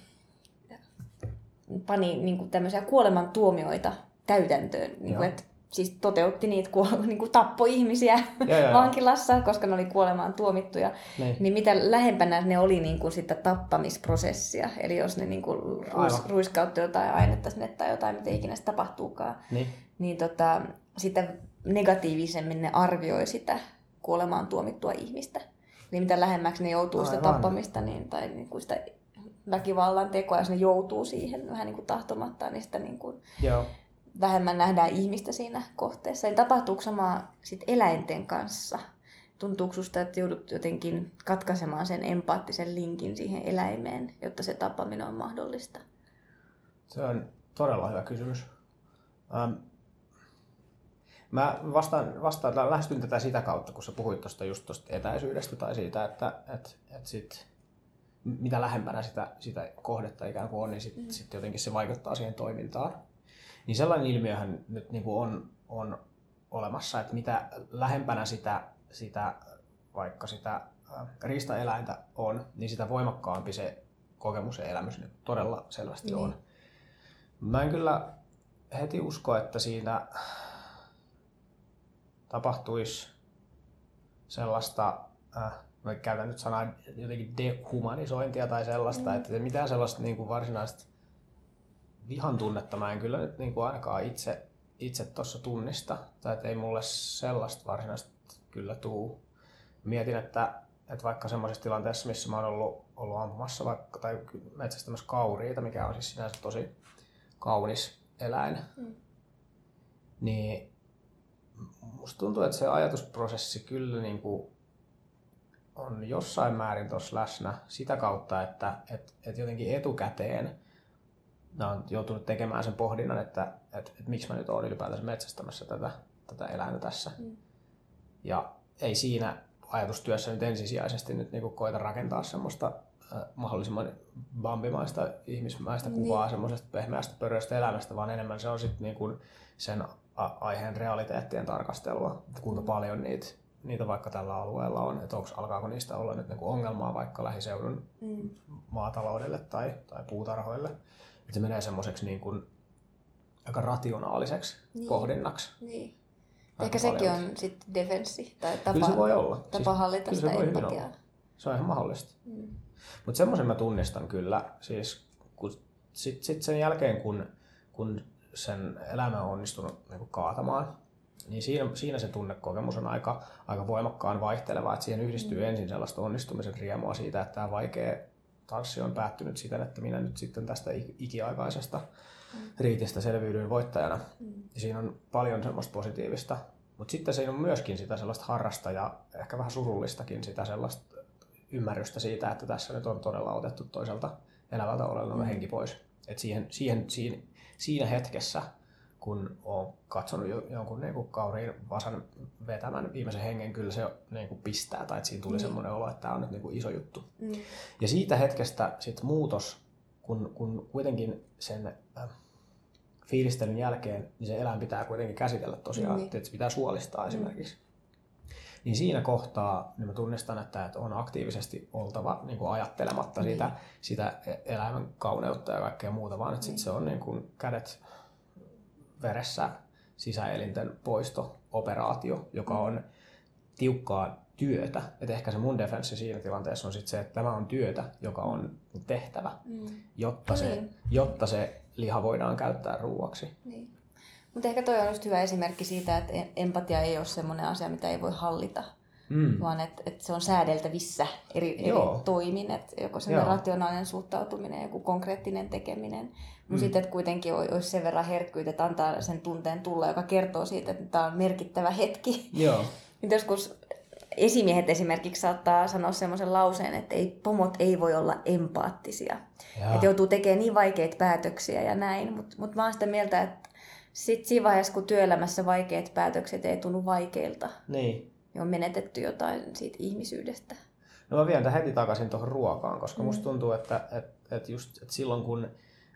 pani niin kuin tämmöisiä kuolemantuomioita täytäntöön, niin kuin, että siis toteutti niitä, niin kuin tappoi ihmisiä ja, ja, vankilassa, koska ne oli kuolemaan tuomittuja. Niin, niin mitä lähempänä ne oli niin kuin sitä tappamisprosessia. Eli jos ne niin kuin ruis, ruiskautti jotain ainetta sinne tai jotain, mitä ikinä se tapahtuukaan, niin, niin tota, sitä negatiivisemmin ne arvioi sitä kuolemaan tuomittua ihmistä. Eli mitä lähemmäksi ne joutuu Aivan. sitä tappamista niin, tai niin kuin sitä väkivallan tekoa, jos ne joutuu siihen vähän niin kuin tahtomattaan, niin sitä niin kuin Joo. vähemmän nähdään ihmistä siinä kohteessa. Eli tapahtuuko samaa sit eläinten kanssa? Tuntuuko susta, että joudut jotenkin katkaisemaan sen empaattisen linkin siihen eläimeen, jotta se tappaminen on mahdollista? Se on todella hyvä kysymys. Ähm, mä vastaan, vastaan, lähestyn tätä sitä kautta, kun sä puhuit tuosta just tuosta etäisyydestä tai siitä, että et, et sit, mitä lähempänä sitä, sitä kohdetta ikään kuin on, niin sitten mm. sit jotenkin se vaikuttaa siihen toimintaan. Niin sellainen ilmiöhän nyt niin kuin on, on olemassa, että mitä lähempänä sitä, sitä vaikka sitä riistaeläintä on, niin sitä voimakkaampi se kokemus ja elämys nyt todella selvästi niin. on. Mä en kyllä heti usko, että siinä tapahtuisi sellaista, äh, mä käytän nyt sanaa jotenkin dehumanisointia tai sellaista, mm. että mitään sellaista niin kuin varsinaista vihan tunnetta mä en kyllä nyt niin kuin ainakaan itse, itse tuossa tunnista, tai että ei mulle sellaista varsinaista kyllä tuu. Mietin, että, että vaikka semmoisessa tilanteessa, missä mä oon ollut, ollut ampumassa vaikka, tai metsästämässä kauriita, mikä on siis sinänsä tosi kaunis eläin, mm. niin musta tuntuu, että se ajatusprosessi kyllä niin kuin on jossain määrin tuossa läsnä sitä kautta, että et, et jotenkin etukäteen mä oon joutunut tekemään sen pohdinnan, että et, et miksi mä nyt oon ylipäätänsä metsästämässä tätä, tätä eläintä tässä. Mm. Ja ei siinä ajatustyössä nyt ensisijaisesti nyt niinku koeta rakentaa semmoista äh, mahdollisimman bambimaista, ihmismäistä niin. kuvaa semmoisesta pehmeästä pörröistä elämästä, vaan enemmän se on sitten niinku sen a- aiheen realiteettien tarkastelua, että kuinka mm. paljon niitä, niitä vaikka tällä alueella on, että onko, alkaako niistä olla nyt niinku ongelmaa vaikka lähiseudun mm. maataloudelle tai, tai puutarhoille. Että se menee semmoiseksi niin kuin aika rationaaliseksi niin. pohdinnaksi. Niin. Ehkä sekin on sitten defenssi tai tapa, kyllä se voi olla. tapa siis, hallita sitä empatiaa. Se on ihan mahdollista. Mm. Mutta semmoisen mä tunnistan kyllä. Siis, kun, sit, sit sen jälkeen kun, kun sen elämä on onnistunut niin kuin kaatamaan, niin siinä, siinä se tunnekokemus on aika, aika voimakkaan vaihteleva. Että siihen yhdistyy mm. ensin sellaista onnistumisen riemua siitä, että tämä vaikea tanssi on päättynyt siten, että minä nyt sitten tästä ikiaikaisesta mm. riitistä selviydyin voittajana. Mm. Ja siinä on paljon semmoista positiivista. Mutta sitten siinä on myöskin sitä sellaista harrasta ja ehkä vähän surullistakin sitä sellaista ymmärrystä siitä, että tässä nyt on todella otettu toiselta elävältä olelta mm. henki pois. Et siihen, siihen, siinä, siinä hetkessä, kun olen katsonut jonkun niin kuin kauriin vasan vetämän viimeisen hengen, kyllä se niin kuin pistää, tai että siinä tuli mm. semmoinen olo, että tämä on nyt niin kuin iso juttu. Mm. Ja siitä hetkestä sit muutos, kun, kun kuitenkin sen äh, fiilistelyn jälkeen, niin se eläin pitää kuitenkin käsitellä tosiaan, mm. että se pitää suolistaa mm. esimerkiksi. Niin siinä kohtaa niin mä tunnistan, että on aktiivisesti oltava niin kuin ajattelematta mm. sitä, sitä eläimen kauneutta ja kaikkea muuta, vaan että mm. sit se on niin kuin kädet veressä sisäelinten poisto-operaatio, joka on tiukkaa työtä. Et ehkä se mun defenssi siinä tilanteessa on sit se, että tämä on työtä, joka on tehtävä, mm. jotta, se, niin. jotta se liha voidaan käyttää ruuaksi. Niin. Mutta ehkä toi on just hyvä esimerkki siitä, että empatia ei ole semmoinen asia, mitä ei voi hallita, mm. vaan että et se on säädeltävissä eri, eri toimin, että joko semmoinen rationaalinen suhtautuminen, joku konkreettinen tekeminen, mutta mm. sitten että kuitenkin olisi sen verran herkkyyttä, että antaa sen tunteen tulla, joka kertoo siitä, että tämä on merkittävä hetki. Joo. Joskus esimiehet esimerkiksi saattaa sanoa semmoisen lauseen, että ei, pomot ei voi olla empaattisia. Että joutuu tekemään niin vaikeita päätöksiä ja näin, mutta mut mä oon sitä mieltä, että sitten siinä vaiheessa, kun työelämässä vaikeat päätökset ei tunnu vaikeilta, niin on menetetty jotain siitä ihmisyydestä. No mä vien tämän heti takaisin tuohon ruokaan, koska mm. musta tuntuu, että, että, että, just, että silloin kun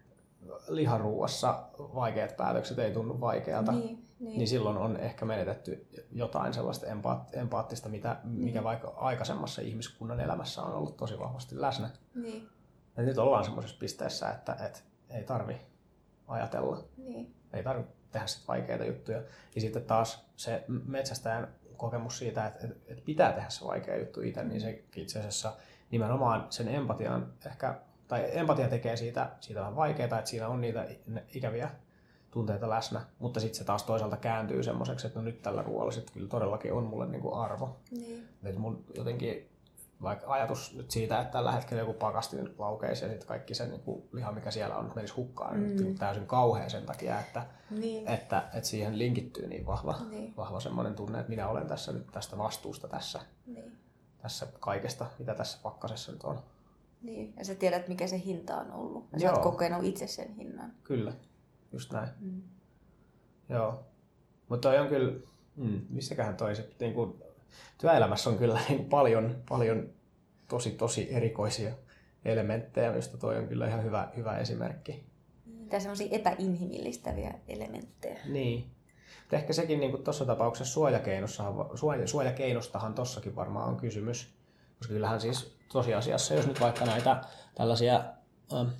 liharuuassa vaikeat päätökset ei tunnu vaikealta, niin, niin. niin silloin on ehkä menetetty jotain sellaista empaat, empaattista, mitä, niin. mikä vaikka aikaisemmassa ihmiskunnan elämässä on ollut tosi vahvasti läsnä. Niin. Ja nyt ollaan semmoisessa pisteessä, että, että ei tarvi ajatella. Niin. Ei tarvitse tehdä sit vaikeita juttuja. Ja sitten taas se metsästäjän kokemus siitä, että, että pitää tehdä se vaikea juttu itse, niin se itse asiassa nimenomaan sen empatian ehkä, tai empatia tekee siitä, siitä vähän vaikeaa, että siinä on niitä ikäviä tunteita läsnä, mutta sitten se taas toisaalta kääntyy semmoiseksi, että no nyt tällä ruoalla sitten kyllä todellakin on mulle niinku arvo. Niin. Että mun jotenkin vaikka ajatus nyt siitä, että tällä hetkellä joku pakastin laukeisi ja sitten kaikki se niin liha, mikä siellä on, menisi hukkaan, mm. niin täysin kauhea sen takia, että, niin. että, että siihen linkittyy niin vahva, niin. vahva semmoinen tunne, että minä olen tässä nyt tästä vastuusta tässä, niin. tässä kaikesta, mitä tässä pakkasessa nyt on. Niin, ja sä tiedät, mikä se hinta on ollut. Ja sä oot kokenut itse sen hinnan. Kyllä, just näin. Mm. Joo, mutta toi on kyllä, mm, missäköhän toi se, niin kuin, työelämässä on kyllä niin paljon, paljon tosi, tosi erikoisia elementtejä, joista toi on kyllä ihan hyvä, hyvä esimerkki. Tai semmoisia epäinhimillistäviä elementtejä. Niin. Mutta ehkä sekin niin tuossa tapauksessa suoja, suojakeinostahan tossakin varmaan on kysymys. Koska kyllähän siis tosiasiassa, jos nyt vaikka näitä tällaisia ähm,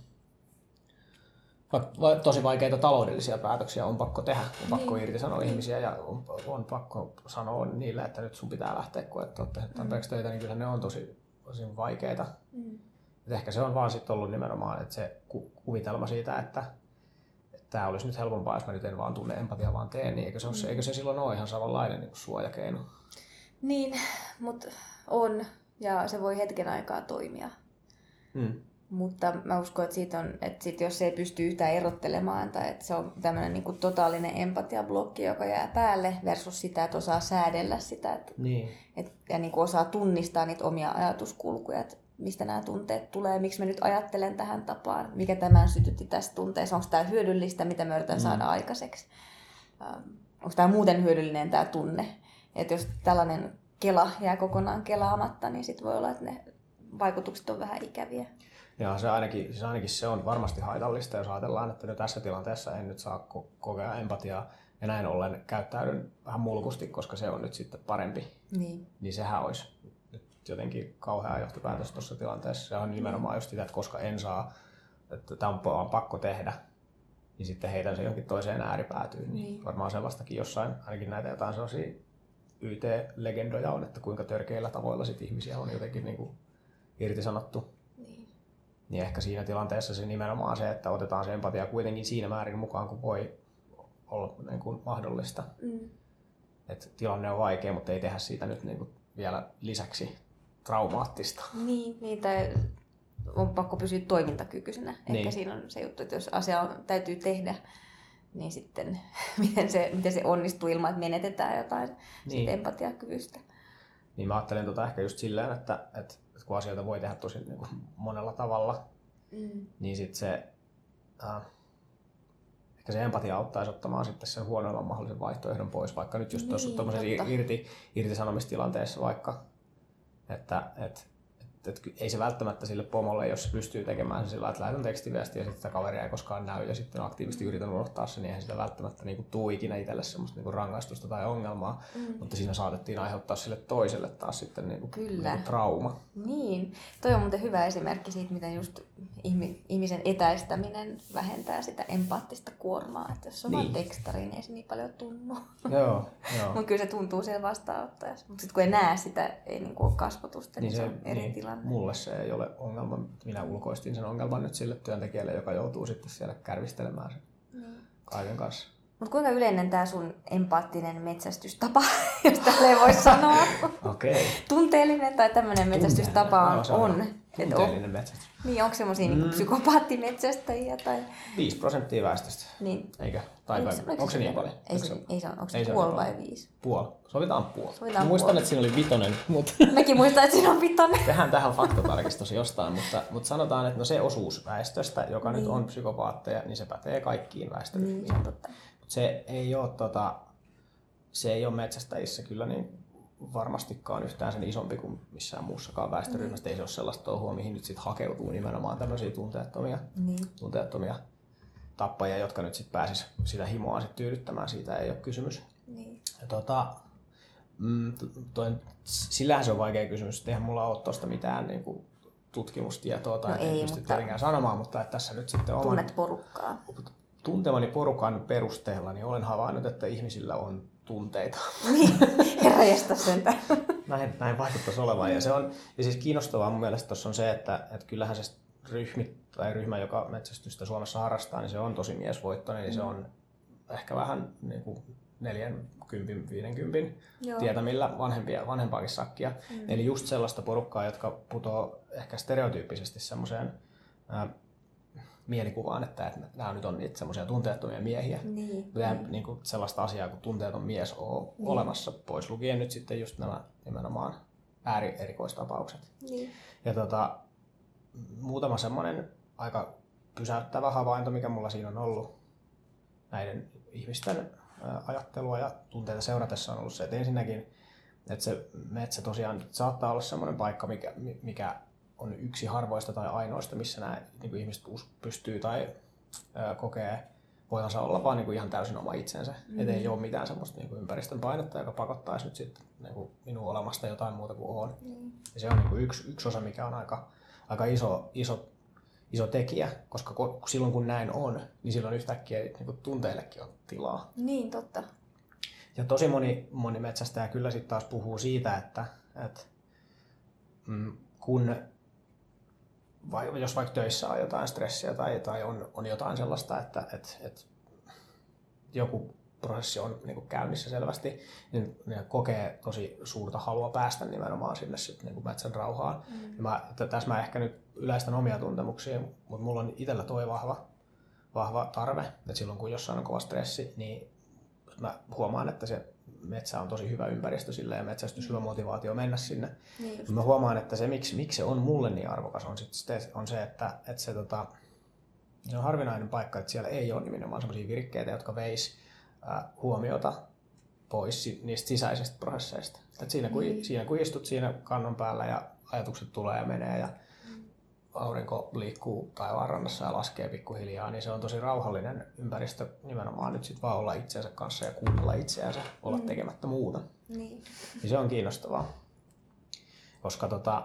tosi vaikeita taloudellisia päätöksiä on pakko tehdä, on pakko niin. irtisanoa niin. ihmisiä ja on, on pakko sanoa niille, että nyt sun pitää lähteä, kun et ole tehnyt tarpeeksi töitä, niin kyllä ne on tosi, tosi vaikeita. Mm. Ehkä se on vaan sitten ollut nimenomaan että se ku, kuvitelma siitä, että tämä olisi nyt helpompaa, jos mä nyt en vaan tunne empatiaa, vaan teen, niin eikö se, ole, mm. eikö se silloin ole ihan samanlainen niin suojakeino? Niin, mutta on ja se voi hetken aikaa toimia. Mm. Mutta mä uskon, että, siitä on, että sit jos se ei pysty yhtään erottelemaan tai että se on tämmöinen niin kuin totaalinen empatiablokki, joka jää päälle versus sitä, että osaa säädellä sitä että, niin. et, ja niin kuin osaa tunnistaa niitä omia ajatuskulkuja, että mistä nämä tunteet tulee, miksi mä nyt ajattelen tähän tapaan, mikä tämän sytytti tästä tunteessa, onko tämä hyödyllistä, mitä mä yritän mm. saada aikaiseksi, ähm, onko tämä muuten hyödyllinen tämä tunne. Että jos tällainen kela jää kokonaan kelaamatta, niin sitten voi olla, että ne vaikutukset on vähän ikäviä. Ja se ainakin, siis ainakin se on varmasti haitallista, jos ajatellaan, että nyt tässä tilanteessa en nyt saa ko- kokea empatiaa ja näin ollen käyttäydyn vähän mulkusti, koska se on nyt sitten parempi. Niin, niin sehän olisi nyt jotenkin kauhea johtopäätös tuossa tilanteessa. Se on nimenomaan just sitä, että koska en saa, että tämä on pakko tehdä, niin sitten heitän se johonkin toiseen ääripäätyyn. Niin. Niin varmaan sellaistakin jossain, ainakin näitä jotain sellaisia Y T-legendoja on, että kuinka törkeillä tavoilla sit ihmisiä on jotenkin niin kuin irtisanottu. Niin ehkä siinä tilanteessa se nimenomaan se, että otetaan se empatia kuitenkin siinä määrin mukaan, kun voi, olla niin kuin mahdollista. Mm. Et tilanne on vaikea, mutta ei tehdä siitä nyt niin kuin vielä lisäksi traumaattista. Niin, niin tai on pakko pysyä toimintakykyisenä. Ehkä Niin. siinä on se juttu, että jos asia on, täytyy tehdä, niin sitten miten se, miten se onnistuu ilman, että menetetään jotain Niin. empatiakyvystä. Niin mä ajattelen tota ehkä just silleen, että, että kun asioita voi tehdä tosi niin kuin monella tavalla, Mm. niin sit se, äh, ehkä se empatia auttaisi ottamaan sitten sen huonoimman mahdollisen vaihtoehdon pois, vaikka nyt just Niin, tuossa tuommoisessa totta. irti, irtisanomistilanteessa vaikka, että et, et, et, ei se välttämättä sille pomolle, jos se pystyy tekemään se sillä, että lähetän tekstiviestiä ja sitten sitä kaveria ei koskaan näy ja sitten aktiivisesti yritän unohtaa sen, niin eihän sitä välttämättä niinku tuu ikinä itselle semmoista niinku rangaistusta tai ongelmaa, Mm. mutta siinä saatettiin aiheuttaa sille toiselle taas sitten niinku, Kyllä. niinku trauma. Niin, toi on muuten hyvä esimerkki siitä, miten just ihmisen etäistäminen vähentää sitä empaattista kuormaa. Että jos on Niin. vaan tekstari, niin ei se niin paljon tunnu. Joo, joo. Mutta kyllä se tuntuu siellä vastaanottajassa. Mutta sitten kun ei näe sitä, ei niinku ole kasvotusta, niin, Niin se se, on eri niin, tilanne. mulle se ei ole ongelma. Minä ulkoistin sen ongelman nyt sille työntekijälle, joka joutuu sitten siellä kärvistelemään sen Niin. kaiken kanssa. Mutta kuinka yleinen tämä sun empaattinen metsästystapa, jos tälleen voi sanoa? Okei. Okay. Tunteellinen tai tämmöinen metsästystapa on. No, se on on. Et on. tunteellinen metsästys. Niin, onko semmoisia Mm. niinku psykopaattimetsästäjiä? Tai... viisi prosenttia väestöstä. Niin. Eikö? Tai Oliko vai, se- oliko onko se se niin vielä? paljon? Ei Onko se, ei se, onko ei se se puoli niin vai paljon. viisi? Puoli. Sovitaan puoli. Sovitaan Muistan, puoli. että siinä oli vitonen, mutta Mekin muistaa, että siinä on vitonen. Tehdään tähän faktatarkistus jostain, mutta, mutta sanotaan, että no se osuus väestöstä, joka Niin. nyt on psykopaatteja, niin se pätee kaikkiin väestöryhmiin. Niin, totta. Mut se ei ole, tota, se ei ole metsästäjissä kyllä niin varmastikaan yhtään sen isompi kuin missään muussakaan väestöryhmässä. Mm. Ei se ole sellaista touhua, mihin nyt sit hakeutuu nimenomaan tämmöisiä tunteettomia, Niin. tunteettomia tappajia, jotka nyt sit pääsis sitä himoa sit tyydyttämään. Siitä ei ole kysymys. Niin. Ja tota, mm, toi, sillähän se on vaikea kysymys. Eihän mulla ole tuosta mitään niin kuin, tutkimustietoa tai No en ei, pysty mutta- tietenkään sanomaan, mutta että tässä nyt sitten oman Tunnet porukkaa. tuntemani porukan perusteella niin olen havainnut, että ihmisillä on tunteita. Niin, herra jästä sentä. Näin, näin vaikuttaisi olevan. Ja, se on, ja siis kiinnostavaa mun mielestä tuossa on se, että, että kyllähän se ryhmi, tai ryhmä, joka metsästystä Suomessa harrastaa, niin se on tosi miesvoittoinen, niin se on ehkä vähän niin kuin neljänkympin, viidenkympin Joo. tietämillä vanhempia, vanhempaakin sakkia. Mm. Eli just sellaista porukkaa, jotka putoo ehkä stereotyyppisesti semmoiseen ää, mielikuvaan, että, että nämä nyt on niitä semmoisia tunteettomia miehiä. Niin. Ja niin kuin sellaista asiaa kuin tunteeton mies on Niin. olemassa, pois lukien nyt sitten just nämä nimenomaan äärierikoistapaukset. Niin. Ja tota, muutama semmoinen aika pysäyttävä havainto, mikä mulla siinä on ollut näiden ihmisten ää, ajattelua ja tunteita seuratessa on ollut se, että ensinnäkin, että se metsä tosiaan saattaa olla semmoinen paikka, mikä, mikä on yksi harvoista tai ainoista, missä nämä niin kuin ihmiset pystyy tai ää, kokee voivansa olla vaan niin kuin ihan täysin oma itsensä. Mm. Että ei ole mitään semmoista niin kuin ympäristön painetta, joka pakottaisi nyt sitten niin kuin minun olemasta jotain muuta kuin on. Mm. Ja se on niin kuin yksi, yksi osa, mikä on aika, aika iso, iso, iso tekijä, koska silloin kun näin on, niin silloin yhtäkkiä niin kuin tunteillekin on tilaa. Niin, totta. Ja tosi moni, moni metsästäjä kyllä sitten taas puhuu siitä, että, että mm, kun vai, jos vaikka töissä on jotain stressiä tai, tai on, on jotain sellaista, että, että, että joku prosessi on niin kuin käynnissä selvästi, niin ne kokee tosi suurta halua päästä nimenomaan sinne sit, niin kuin metsän rauhaan. Mm. Ja mä, tässä mä ehkä nyt yleistän omia tuntemuksia, mutta mulla on itsellä toi vahva, vahva tarve, että silloin kun jossain on kova stressi, niin mä huomaan, että se metsä on tosi hyvä ympäristö sille ja metsästys hyvä motivaatio mennä sinne. Niin mä huomaan, että se miksi, miksi se on mulle niin arvokas on, sit, on se, että, että se, tota, se on harvinainen paikka, että siellä ei ole nimenomaan sellaisia virkkeitä, jotka veis äh, huomiota pois niistä sisäisistä prosesseista. Et siinä, kun, mm. siinä kun istut siinä kannon päällä ja ajatukset tulee ja menee ja mm. aurinko liikkuu taivaan rannassa ja laskee pikkuhiljaa, niin se on tosi rauhallinen ympäristö nimenomaan nyt sit vaan olla itsensä kanssa ja kuunnella itseänsä, olla mm. tekemättä muuta. Niin. Niin se on kiinnostavaa, koska tota,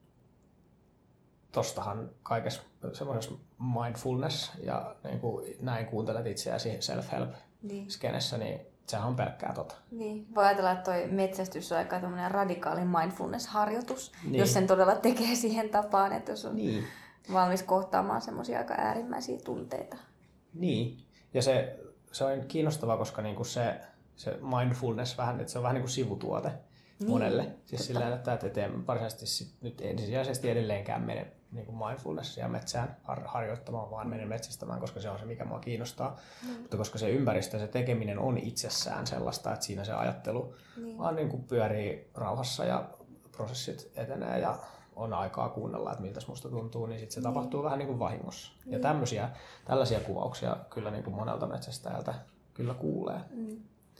tostahan kaikessa semmoisessa mindfulness ja niin kuin näin kuuntelet itseäsi self-help-skenessä, niin sehän on pelkkää tota. Niin. Voi ajatella, että toi metsästys on aika radikaali mindfulness-harjoitus, Niin. jos sen todella tekee siihen tapaan, että jos on Niin. valmis kohtaamaan semmoisia aika äärimmäisiä tunteita. Niin, ja se, se on kiinnostavaa, koska niinku se, se mindfulness vähän, että se on vähän niin kuin sivutuote niin, monelle. Siis sillä että, että en varsinaisesti sit nyt ensisijaisesti edelleenkään mene niin kuin mindfulnessia metsään har- harjoittamaan, vaan menen metsästämään, koska se on se, mikä mua kiinnostaa. Mm. Mutta koska se ympäristö, se tekeminen on itsessään sellaista, että siinä se ajattelu niin. vaan niin kuin pyörii rauhassa ja prosessit etenee ja on aikaa kuunnella, että miltä musta tuntuu, niin sitten se niin. tapahtuu vähän niin kuin vahingossa. Niin. Ja tämmöisiä, tällaisia kuvauksia kyllä niin kuin monelta metsästäjältä kyllä kuulee. Mm.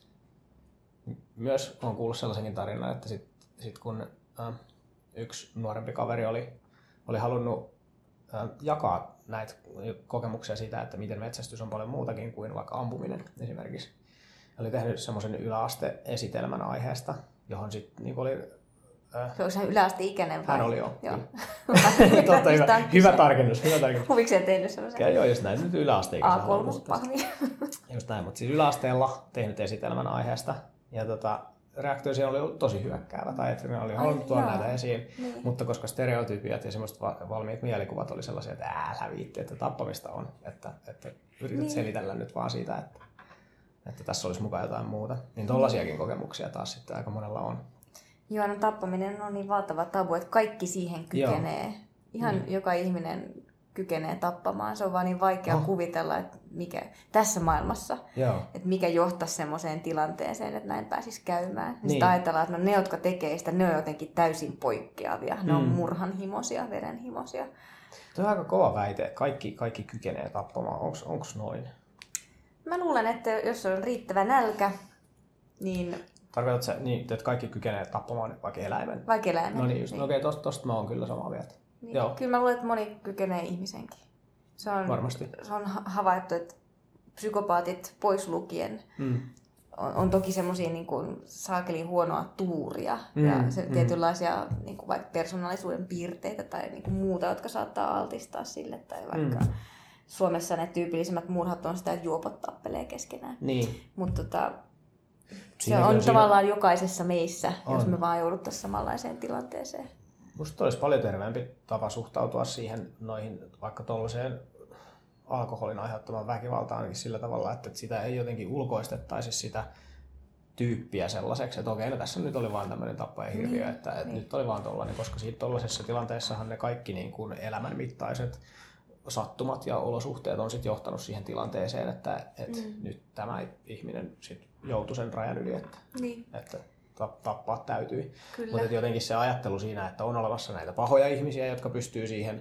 Myös olen kuullut sellaisenkin tarinan, että sit, sit kun äh, yksi nuorempi kaveri oli, oli halunnut äh, jakaa näitä kokemuksia siitä, että miten metsästys on paljon muutakin kuin vaikka ampuminen esimerkiksi. Oli tehnyt semmoisen yläaste-esitelmän aiheesta, johon sitten niin oli... Äh, Onko hän yläasteikäinen vai? Hän oli jo. joo. Totta, hyvä, hyvä tarkennus. Hyvä tarkennus. Huvikseen tehnyt semmoisen? Joo, just näin. Nyt yläasteikäisen. A kolme pahvi. Just näin, mutta siis yläasteella tehnyt esitelmän aiheesta. Ja tota, reaktio siellä oli tosi hyökkäävä, tai että ne oli halunnut tuoda näitä esiin, niin. Mutta koska stereotypiat ja semmoiset valmiit mielikuvat oli sellaisia, että älä viitti, että tappamista on, että, että yrität niin. selitellä nyt vaan siitä, että, että tässä olisi mukaan jotain muuta. Niin tollaisiakin kokemuksia taas sitten aika monella on. Joo, no tappaminen on niin valtava tabu, että kaikki siihen kykenee. Joo. Ihan niin. joka ihminen kykenee tappamaan. Se on vaan niin vaikea oh. kuvitella, että mikä tässä maailmassa, Joo. että mikä johtaisi semmoiseen tilanteeseen, että näin pääsisi käymään. Niin. Sitten ajatellaan, että no ne, jotka tekee sitä, ne on jotenkin täysin poikkeavia. Ne mm. on murhanhimoisia, verenhimoisia. Tuo on aika kova väite. Kaikki, kaikki kykenee tappamaan. Onko noin? Mä luulen, että jos on riittävä nälkä, niin... Tarkoitatko sä, niin, että kaikki kykenee tappamaan vaikka eläimen? Vaikka eläimen. No niin, just, niin. No okei, tosta, tosta mä oon kyllä samaa mieltä. Niin. Joo. Kyllä mä luulen, että moni kykenee ihmisenkin. Se on, Varmasti. Se on havaittu, että psykopaatit pois lukien mm. on, on toki semmoisia niin kuin saakeli huonoa tuuria mm. ja se, mm. tietynlaisia niin kuin vaikka persoonallisuuden piirteitä tai niin kuin muuta, jotka saattaa altistaa sille. Tai vaikka mm. Suomessa ne tyypillisimmät murhat on sitä, että juopot tappelee keskenään. Niin. Mutta tota, se on siinä... tavallaan jokaisessa meissä, on. Jos me vaan jouduttaisiin samanlaiseen tilanteeseen. Musta olisi paljon terveempi tapa suhtautua siihen noihin vaikka tuollaiseen alkoholin aiheuttamaan väkivaltaan sillä tavalla, että sitä ei jotenkin ulkoistettaisi sitä tyyppiä sellaiseksi, että okei, no tässä nyt oli vaan tämmöinen tappajahirviö, että, että niin. nyt oli vaan tollainen, koska siitä tuollaisessa tilanteessahan ne kaikki niin kuin elämänmittaiset sattumat ja olosuhteet on sitten johtanut siihen tilanteeseen, että, että mm. nyt tämä ihminen sit joutui sen rajan yli, että, niin. että tappaa täytyi. Mutta jotenkin se ajattelu siinä, että on olemassa näitä pahoja ihmisiä, jotka pystyy siihen,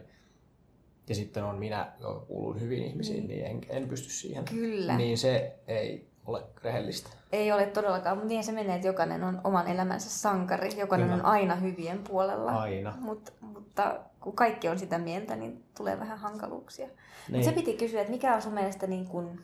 ja sitten on minä, joka kuuluu hyviin ihmisiin, niin, niin en, en pysty siihen. Kyllä. Niin se ei ole rehellistä. Ei ole todellakaan, mutta niin se menee, että jokainen on oman elämänsä sankari. Jokainen Kyllä. on aina hyvien puolella. Aina. Mut, mutta kun kaikki on sitä mieltä, niin tulee vähän hankaluuksia. Niin. Se piti kysyä, että mikä on sun mielestä niin kuin...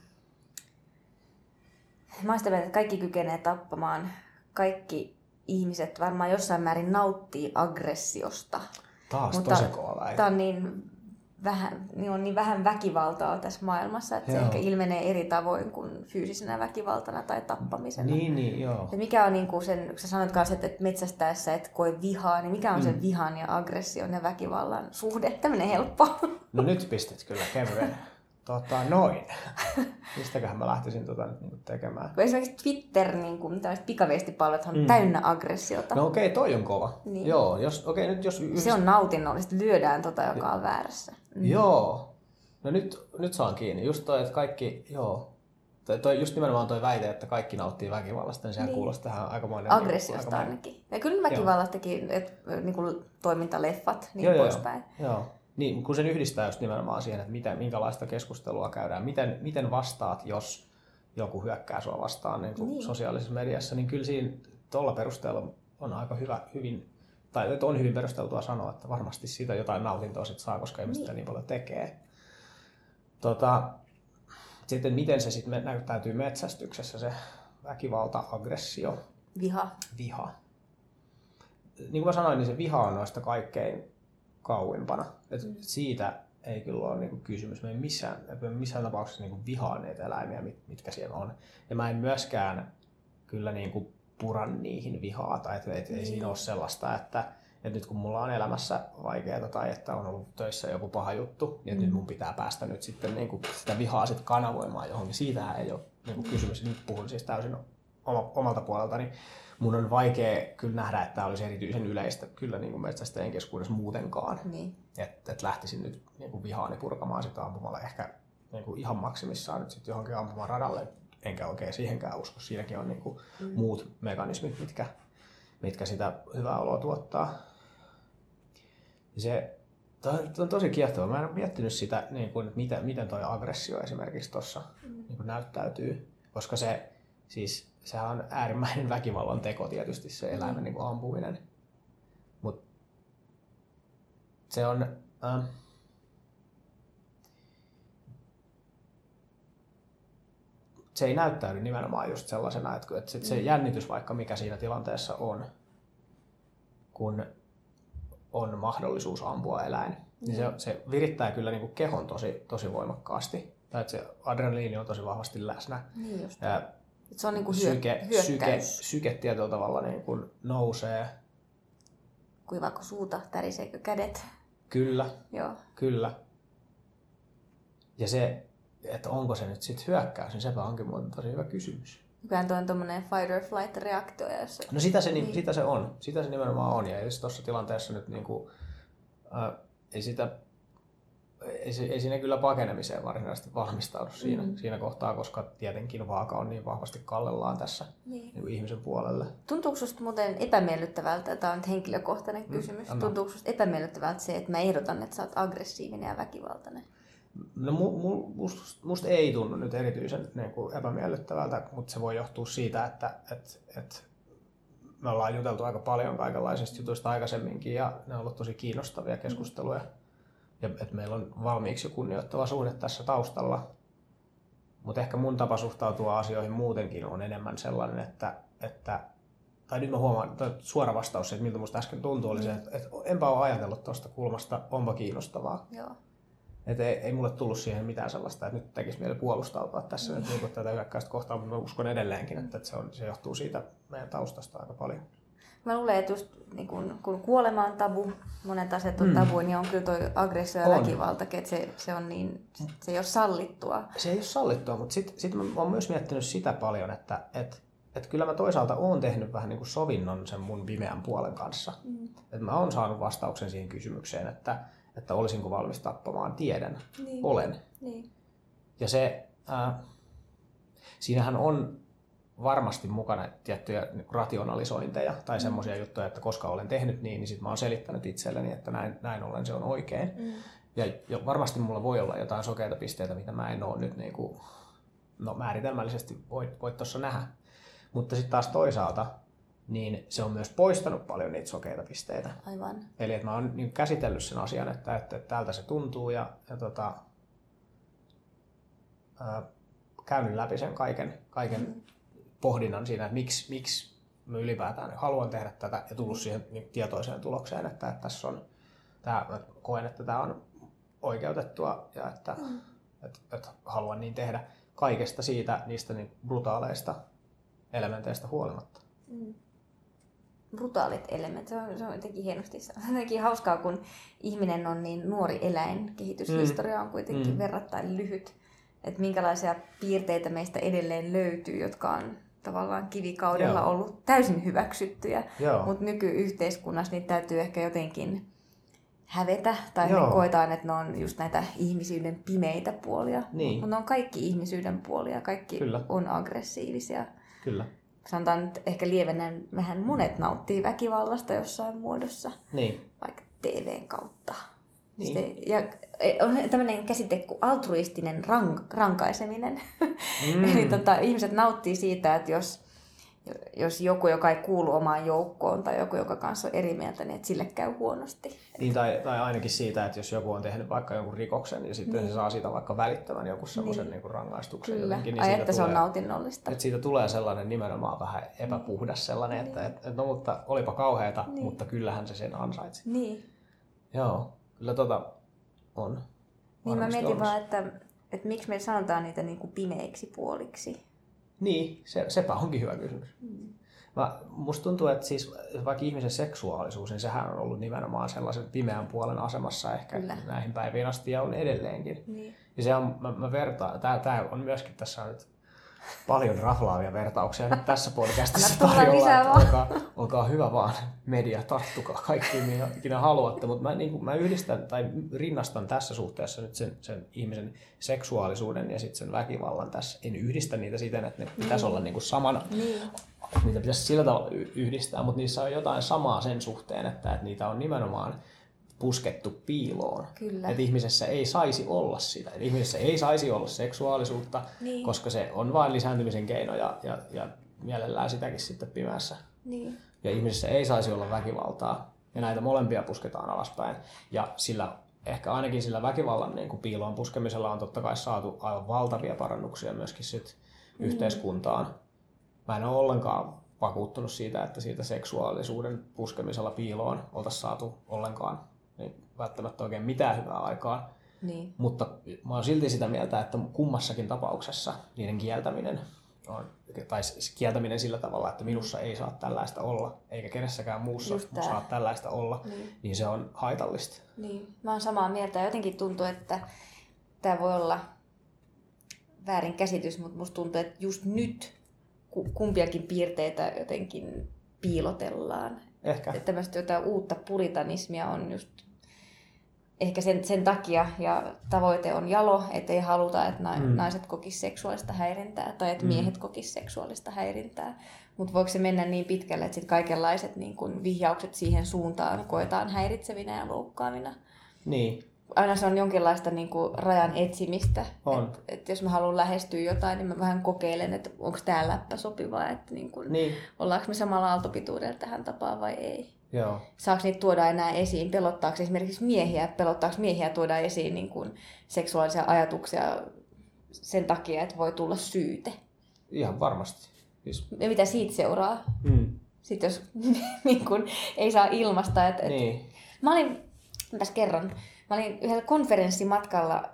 Mä oon sitä mieltä, että kaikki kykenee tappamaan. Kaikki ihmiset varmaan jossain määrin nauttii aggressiosta. Taas mutta tosi kova väite. Tää on niin vähän, niin on niin vähän väkivaltaa tässä maailmassa, että joo. se ehkä ilmenee eri tavoin kuin fyysisenä väkivaltana tai tappamisena. Niin, niin, joo. Ja mikä on niin kuin sen, kun sä sanoit kanssa, että metsästäessä et koe vihaa, niin mikä on mm. sen vihan ja aggression ja väkivallan suhde? Tämmöinen helppo. No nyt pistit kyllä kevyen. Tota, noin. Mistäköhän mä lähtisin tota nyt niinku tekemään? Esimerkiksi Twitter, niin kuin, tällaiset pikaviestipalvelut on mm. täynnä aggressiota. No okei, okay, toi on kova. Niin. Joo, jos, okay, nyt jos yhdist... Se on nautinnollista, lyödään tota, joka on väärässä. Mm. Joo. No nyt, nyt saan kiinni. Just toi, että kaikki, joo. Toi, just nimenomaan toi väite, että kaikki nauttii väkivallasta, niin sehän niin. kuulostaa tähän aikamoinen... Aggressiosta aikamoinen. Ainakin. Ja kyllä väkivallastakin, että niin kuin toimintaleffat, niin joo, poispäin. Joo, joo. Niin, kun sen yhdistää just nimenomaan siihen, että miten, minkälaista keskustelua käydään, miten, miten vastaat, jos joku hyökkää sua vastaan niin kuin niin. sosiaalisessa mediassa, niin kyllä siinä tuolla perusteella on aika hyvä, hyvin, tai että on hyvin perusteltua sanoa, että varmasti siitä jotain nautintoa sit saa, koska ihmiset niin. niin paljon tekee. Tota, sitten miten se sitten näyttäytyy metsästyksessä, se väkivalta, aggressio, viha. viha. Niin kuin mä sanoin, niin se viha on noista kaikkein kauimpana. Et mm. siitä ei kyllä ole niinku kysymys. Mä en missään, missään tapauksessa niinku vihaa niitä eläimiä, mitkä siellä on. Ja mä en myöskään kyllä niinku puran niihin vihaa. Tai et, et, mm. ei siinä ole sellaista, että et nyt kun mulla on elämässä vaikeaa tai että on ollut töissä joku paha juttu, niin mm. nyt mun pitää päästä nyt sitten niinku sitä vihaa sit kanavoimaan johonkin. Siitähän ei ole niin kysymys, nyt puhun siis täysin omalta puolelta, niin mun on vaikea kyllä nähdä, että tämä olisi erityisen yleistä kyllä niin kuin metsästäjien keskuudessa muutenkaan. Niin. Että et lähtisin nyt niin kuin vihaani purkamaan sitä ampumalla ehkä niin kuin ihan maksimissaan nyt sitten johonkin ampumaan radalle, enkä oikein siihenkään usko. Siinäkin on niin kuin mm. muut mekanismit, mitkä, mitkä sitä hyvää oloa tuottaa. Ja se on tosi kiehtovaa. Mä en ole miettinyt sitä, niin kuin, että miten, miten toi aggressio esimerkiksi tuossa mm. niin kuin näyttäytyy, koska se, siis, sehän on äärimmäinen väkivallan teko tietysti se eläimen mm. niin kuin ampuminen. Mut se on... Ähm, se ei näyttäydy nimenomaan just sellaisena, että se jännitys vaikka mikä siinä tilanteessa on, kun on mahdollisuus ampua eläin, niin se, se virittää kyllä niin kuin kehon tosi, tosi voimakkaasti. Tai että se adrenaliini on tosi vahvasti läsnä. Niin just. Ja se on niin kuin syke, syke, syke tietyllä tavalla niin kuin nousee. Kuivaako suuta, täriseekö kädet? Kyllä, Joo. kyllä. Ja se, että onko se nyt sitten hyökkäys, niin sepä onkin muuten tosi hyvä kysymys. Kyllähän tuo on tommoinen fight or flight reaktio. Jossa... No sitä se, niin. sitä se on. Sitä se nimenomaan on. Ja tuossa tilanteessa nyt niinku, ää, ei, sitä, ei, ei siinä kyllä pakenemiseen varsinaisesti valmistaudu siinä, mm-hmm. siinä kohtaa, koska tietenkin vaaka on niin vahvasti kallellaan tässä niin. Niin ihmisen puolelle. Tuntuuko sinusta muuten epämiellyttävältä, tämä on nyt henkilökohtainen kysymys, mm, tuntuuko sinusta epämiellyttävältä se, että mä ehdotan, että sä oot aggressiivinen ja väkivaltainen? No mu, mu, must, musta ei tunnu nyt erityisen niin kuin epämiellyttävältä, mutta se voi johtua siitä, että et, et me ollaan juteltu aika paljon kaikenlaisista jutuista aikaisemminkin ja ne on ollut tosi kiinnostavia keskusteluja. Ja että meillä on valmiiksi jo kunnioittava suhde tässä taustalla. Mutta ehkä mun tapa suhtautua asioihin muutenkin on enemmän sellainen, että, että tai nyt mä huomaan, että suora vastaus, että miltä musta äsken tuntui, oli se, että, että enpä ole ajatellut tuosta kulmasta, onpa kiinnostavaa. Joo. Että ei, ei mulle tullut siihen mitään sellaista, että nyt tekisi mieli puolustautua tässä nyt niin tätä hyökkäystä kohtaan, mutta mä uskon edelleenkin, että, että se, on, se johtuu siitä meidän taustasta aika paljon. Mä luulen, että just niin kun, kun kuolema on tabu, monet asiat on mm. tabu, niin on kyllä toi aggressio ja on. Väkivaltakin, että se, se, on niin, se ei ole sallittua. Se ei ole sallittua, mutta sitten sit mä oon myös miettinyt sitä paljon, että et, et kyllä mä toisaalta oon tehnyt vähän niin kuin sovinnon sen mun pimeän puolen kanssa. Mm. Että mä oon saanut vastauksen siihen kysymykseen, että että olisinko valmis tappamaan, tiedän, niin. olen. Niin. Ja se, äh, siinähän on varmasti mukana tiettyjä rationalisointeja tai mm. semmoisia juttuja, että koska olen tehnyt niin, niin sit mä oon selittänyt itselleni, että näin, näin ollen se on oikein. Mm. Ja, ja varmasti mulla voi olla jotain sokeita pisteitä, mitä mä en ole nyt niin kuin, no, määritelmällisesti voit, voit tuossa nähdä. Mutta sitten taas toisaalta, niin se on myös poistanut paljon niitä sokeita pisteitä. Aivan. Eli että mä oon niin käsitellyt sen asian, että, että, että tältä se tuntuu ja, ja tota, ää, käynyt läpi sen kaiken, kaiken mm. pohdinnan siinä, että miksi, miksi mä ylipäätään haluan tehdä tätä ja tullut siihen niin tietoiseen tulokseen, että, että tässä on, tää, mä koen, että tämä on oikeutettua ja että, mm. että, että haluan niin tehdä kaikesta siitä, niistä niin brutaaleista elementeistä huolimatta. Mm. Brutaalit elementit, se on, se on jotenkin hienosti. Se on jotenkin hauskaa, kun ihminen on niin nuori eläin, kehityshistoria on kuitenkin mm. verrattain lyhyt, että minkälaisia piirteitä meistä edelleen löytyy, jotka on tavallaan kivikaudella Joo. ollut täysin hyväksyttyjä, mutta nykyyhteiskunnassa niitä täytyy ehkä jotenkin hävetä, tai Joo. me koetaan, että ne on just näitä ihmisyyden pimeitä puolia, niin. mutta ne on kaikki ihmisyyden puolia, kaikki Kyllä. on aggressiivisia. Kyllä. Sanotaan nyt ehkä lievennän vähän, monet nauttii väkivallasta jossain muodossa, niin. vaikka T V:n kautta. Niin. Sitten, ja on tämmöinen käsite kuin altruistinen rank- rankaiseminen. Mm. Eli tota, ihmiset nauttii siitä, että jos, jos joku, joka ei kuulu omaan joukkoon tai joku, joka kanssa on eri mieltä, niin että sille käy huonosti. Niin, tai, tai ainakin siitä, että jos joku on tehnyt vaikka jonkun rikoksen, niin sitten niin. se saa siitä vaikka välittömän joku semmoisen niin. niin rangaistuksen. Kyllä, jotenkin, niin ai siitä että tulee, se on nautinnollista. Että siitä tulee sellainen nimenomaan vähän epäpuhdas sellainen, niin. että, että no mutta olipa kauheata, niin. mutta kyllähän se sen ansaitsi. Niin. Joo, kyllä tota on. Niin mä mietin vaan, että, että miksi me sanotaan niitä niin kuin pimeiksi puoliksi. Niin, se, sepä onkin hyvä kysymys. Mm. Mä, musta tuntuu, että siis vaikka ihmisen seksuaalisuus, niin sehän on ollut nimenomaan sellaisen pimeän puolen asemassa ehkä Kyllä. näihin päiviin asti ja on edelleenkin. Niin. Ja se on, mä, mä vertaan, tää, tää on myöskin tässä nyt paljon raflaavia vertauksia nyt tässä podcastissa Anna tulla tarjolla, lisää että vaan. olkaa, olkaa hyvä vaan media, tarttukaa kaikki mitä ikinä haluatte, mutta mä, niin kuin, mä yhdistän tai rinnastan tässä suhteessa nyt sen, sen ihmisen seksuaalisuuden ja sitten sen väkivallan tässä. En yhdistä niitä siten, että ne pitäisi olla niin kuin samana, Niin. niitä pitäisi sillä tavalla y- yhdistää, mutta niissä on jotain samaa sen suhteen, että, että niitä on nimenomaan puskettu piiloon. Kyllä. Että ihmisessä ei saisi olla sitä. Että ihmisessä ei saisi olla seksuaalisuutta, Niin. koska se on vain lisääntymisen keino ja, ja, ja mielellään sitäkin sitten pimeässä. Niin. Ja ihmisessä ei saisi olla väkivaltaa. Ja näitä molempia pusketaan alaspäin. Ja sillä, ehkä ainakin sillä väkivallan niin kuin piiloon puskemisella on totta kai saatu aivan valtavia parannuksia myöskin sit mm. yhteiskuntaan. Mä en ole ollenkaan vakuuttunut siitä, että siitä seksuaalisuuden puskemisella piiloon oltaisiin saatu ollenkaan niin välttämättä oikein mitään hyvää aikaan. Niin. Mutta mä oon silti sitä mieltä, että kummassakin tapauksessa niiden kieltäminen on, tai kieltäminen sillä tavalla, että minussa ei saa tällaista olla, eikä kenessäkään muussa saa tällaista olla, niin. niin se on haitallista. Niin. Mä oon samaa mieltä. Jotenkin tuntuu, että tämä voi olla väärin käsitys, mutta musta tuntuu, että just nyt kumpiakin piirteitä jotenkin piilotellaan. Ehkä. Että tämmöistä jotain uutta puritanismia on just ehkä sen, sen takia, ja tavoite on jalo, että ei haluta, että Mm. naiset kokis seksuaalista häirintää tai että miehet Mm. kokis seksuaalista häirintää. Mutta voiko se mennä niin pitkälle, että sit kaikenlaiset niin kun vihjaukset siihen suuntaan koetaan häiritsevinä ja loukkaavina? Niin. Aina se on jonkinlaista niin kuin rajan etsimistä. On. Et, et jos mä haluan lähestyä jotain, niin mä vähän kokeilen, että onko tämä läppä sopivaa, että niin kuin, Niin. ollaanko me samalla aaltopituudella tähän tapaan vai ei. Joo. Saako niitä tuoda enää esiin? Pelottaako esimerkiksi miehiä? Pelottaako miehiä tuoda esiin niin kuin seksuaalisia ajatuksia sen takia, että voi tulla syyte? Ihan varmasti. Siis... Ja mitä siitä seuraa? Mm. Sitten jos niin kuin, ei saa ilmaista. Et, et... Niin. Mä olin, mitäs kerron, mä olin yhdellä konferenssimatkalla,